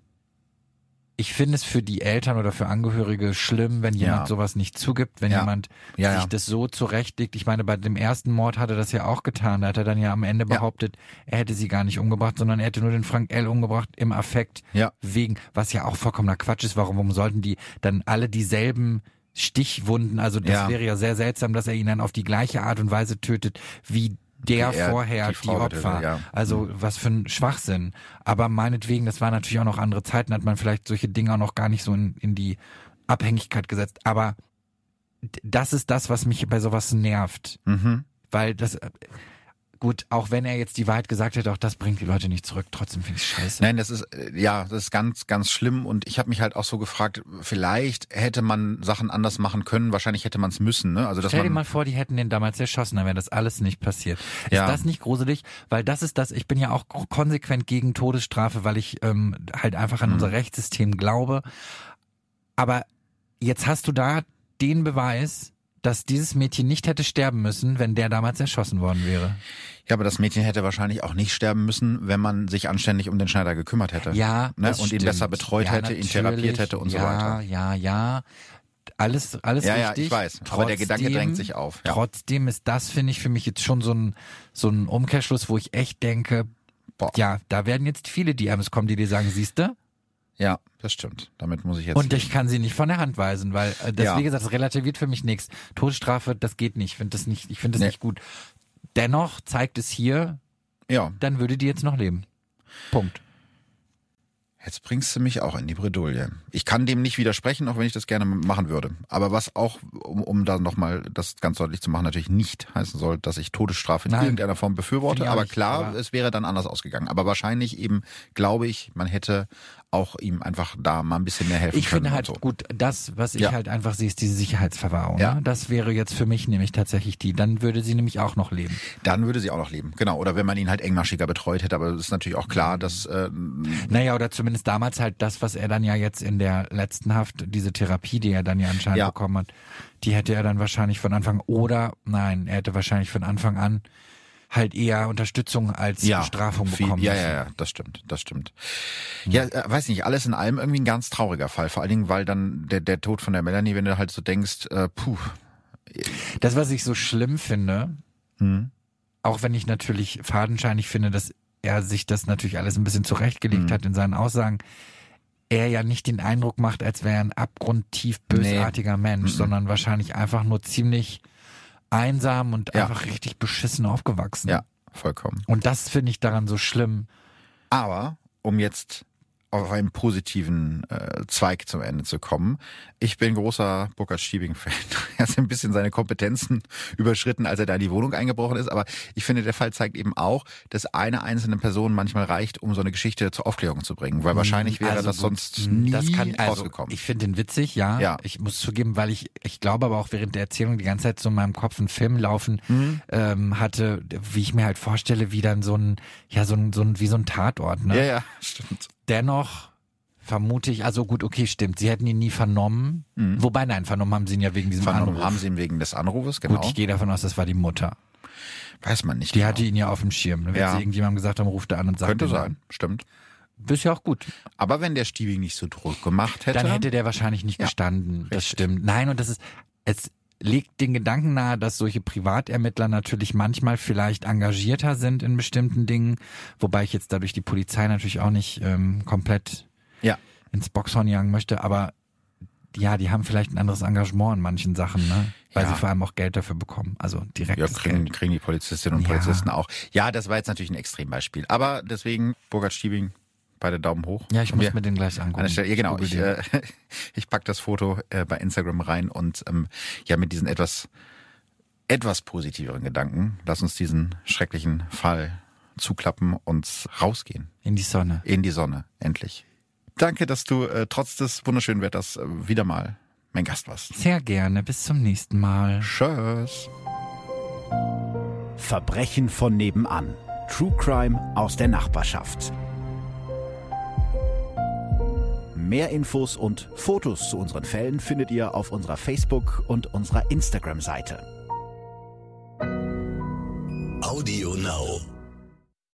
Ich finde es für die Eltern oder für Angehörige schlimm, wenn jemand Ja. sowas nicht zugibt, wenn Ja. jemand Ja, sich ja. das so zurechtlegt. Ich meine, bei dem ersten Mord hat er das ja auch getan. Da hat er dann ja am Ende Ja. behauptet, er hätte sie gar nicht umgebracht, sondern er hätte nur den Frank L. umgebracht im Affekt. Ja. Wegen, was ja auch vollkommener Quatsch ist. Warum, warum sollten die dann alle dieselben Stichwunden, also das Ja. wäre ja sehr seltsam, dass er ihn dann auf die gleiche Art und Weise tötet, wie der Wie er vorher die die, Frau Opfer. getötet, ja. Also was für ein Schwachsinn. Aber meinetwegen, das waren natürlich auch noch andere Zeiten, hat man vielleicht solche Dinge auch noch gar nicht so in, in die Abhängigkeit gesetzt. Aber d- das ist das, was mich bei sowas nervt. Mhm. Weil das, äh, gut, auch wenn er jetzt die Wahrheit gesagt hätte, auch das bringt die Leute nicht zurück. Trotzdem finde ich es scheiße. Nein, das ist, äh, ja, das ist ganz, ganz schlimm und ich habe mich halt auch so gefragt, vielleicht hätte man Sachen anders machen können, wahrscheinlich hätte man es müssen, ne? Also, dass Stell dir man, mal vor, die hätten den damals erschossen, dann wäre das alles nicht passiert. Ist Ja. das nicht gruselig? Weil das ist das, ich bin ja auch konsequent gegen Todesstrafe, weil ich ähm, halt einfach an Mhm. unser Rechtssystem glaube. Aber jetzt hast du da den Beweis, dass dieses Mädchen nicht hätte sterben müssen, wenn der damals erschossen worden wäre. ja, aber das Mädchen hätte wahrscheinlich auch nicht sterben müssen, wenn man sich anständig um den Schneider gekümmert hätte. Ja, Ne? das Und ihn stimmt. besser betreut Ja, hätte, ihn therapiert natürlich. hätte und so ja, weiter. Ja, ja, alles, alles Ja, ja, richtig. ich weiß. Aber der Gedanke Trotzdem- drängt sich auf. Ja. Trotzdem ist das, finde ich, für mich jetzt schon so ein, so ein Umkehrschluss, wo ich echt denke, Boah. ja, da werden jetzt viele D Ms kommen, die dir sagen, siehste, Ja, das stimmt. Damit muss ich jetzt. und ich kann sie nicht von der Hand weisen, weil äh, das, Ja. wie gesagt, das relativiert für mich nichts. Todesstrafe, das geht nicht. Ich finde das nicht, ich finde das Nee. nicht gut. Dennoch zeigt es hier, ja, dann würde die jetzt noch leben. Punkt. Jetzt bringst du mich auch in die Bredouille. Ich kann dem nicht widersprechen, auch wenn ich das gerne machen würde. Aber was auch, um, um da nochmal das ganz deutlich zu machen, natürlich nicht heißen soll, dass ich Todesstrafe in Nein. irgendeiner Form befürworte. Aber nicht, klar, aber es wäre dann anders ausgegangen. Aber wahrscheinlich eben, glaube ich, man hätte auch ihm einfach da mal ein bisschen mehr helfen Ich können. finde halt und so. gut, das, was ich Ja. halt einfach sehe, ist diese Sicherheitsverwahrung. Ja. Ne? Das wäre jetzt für mich nämlich tatsächlich die. Dann würde sie nämlich auch noch leben. Dann würde sie auch noch leben. Genau. Oder wenn man ihn halt engmaschiger betreut hätte. Aber es ist natürlich auch klar, dass... Äh, Naja, oder zumindest damals halt das, was er dann ja jetzt in der letzten Haft, diese Therapie, die er dann ja anscheinend Ja. bekommen hat, die hätte er dann wahrscheinlich von Anfang, oder nein, er hätte wahrscheinlich von Anfang an halt eher Unterstützung als ja, Bestrafung viel, bekommen. ja, müssen. ja, ja, das stimmt, das stimmt. Ja, äh, weiß nicht, alles in allem irgendwie ein ganz trauriger Fall. Vor allen Dingen, weil dann der, der Tod von der Melanie, wenn du halt so denkst, äh, puh. Das, was ich so schlimm finde, Hm. auch wenn ich natürlich fadenscheinig finde, dass er sich das natürlich alles ein bisschen zurechtgelegt Mhm. hat in seinen Aussagen, er ja nicht den Eindruck macht, als wäre er ein abgrundtief bösartiger Mensch, Mhm. sondern wahrscheinlich einfach nur ziemlich einsam und Ja. einfach richtig beschissen aufgewachsen. Ja, vollkommen. Und das finde ich daran so schlimm. Aber, um jetzt auf einen positiven äh, Zweig zum Ende zu kommen. Ich bin großer Burkhard-Stiebing-Fan. Er hat ein bisschen seine Kompetenzen überschritten, als er da in die Wohnung eingebrochen ist. Aber ich finde, der Fall zeigt eben auch, dass eine einzelne Person manchmal reicht, um so eine Geschichte zur Aufklärung zu bringen. Weil wahrscheinlich wäre Also das gut, sonst nie das kann, also, rausgekommen. Ich finde den witzig, ja. Ja. Ich muss zugeben, weil ich, ich glaube aber auch während der Erzählung die ganze Zeit so in meinem Kopf einen Film laufen Mhm. ähm, hatte, wie ich mir halt vorstelle, wie dann so ein, ja, so ein, so ein, wie so ein Tatort, ne? Ja, ja, stimmt. Dennoch vermute ich, also gut, okay, stimmt, sie hätten ihn nie vernommen. Mhm. Wobei, nein, vernommen haben sie ihn ja wegen diesem Vernommen Anruf. haben sie ihn wegen des Anrufes, genau. Gut, ich gehe davon aus, das war die Mutter. Weiß man nicht Die genau. hatte ihn ja auf dem Schirm. Wenn Ja. sie irgendjemandem gesagt haben, ruft er an und sagt Könnte ihm sein, stimmt. dann. Ist ja auch gut. Aber wenn der Stiebing nicht so Druck gemacht hätte... Dann hätte der wahrscheinlich nicht Ja, gestanden. Das richtig. stimmt. Nein, und das ist, es legt den Gedanken nahe, dass solche Privatermittler natürlich manchmal vielleicht engagierter sind in bestimmten Dingen, wobei ich jetzt dadurch die Polizei natürlich auch nicht ähm, komplett Ja. ins Boxhorn jagen möchte, aber ja, die haben vielleicht ein anderes Engagement in manchen Sachen, ne? Weil Ja. sie vor allem auch Geld dafür bekommen. Also Ja, direktes kriegen, Geld. kriegen die Polizistinnen und Ja. Polizisten auch. Ja, das war jetzt natürlich ein Extrembeispiel. Aber deswegen, Burkhard Stiebing, beide Daumen hoch. Ja, ich Und muss wir mir den gleich angucken. an der Stelle, ja genau, google ich, den. äh, ich pack das Foto äh, bei Instagram rein und ähm, ja, mit diesen etwas, etwas positiveren Gedanken, lass uns diesen schrecklichen Fall zuklappen und rausgehen. In die Sonne. In die Sonne, endlich. Danke, dass du äh, trotz des wunderschönen Wetters äh, wieder mal mein Gast warst. Sehr gerne. Bis zum nächsten Mal. Tschüss. Verbrechen von nebenan. True Crime aus der Nachbarschaft. Mehr Infos und Fotos zu unseren Fällen findet ihr auf unserer Facebook- und unserer Instagram-Seite. Audio Now.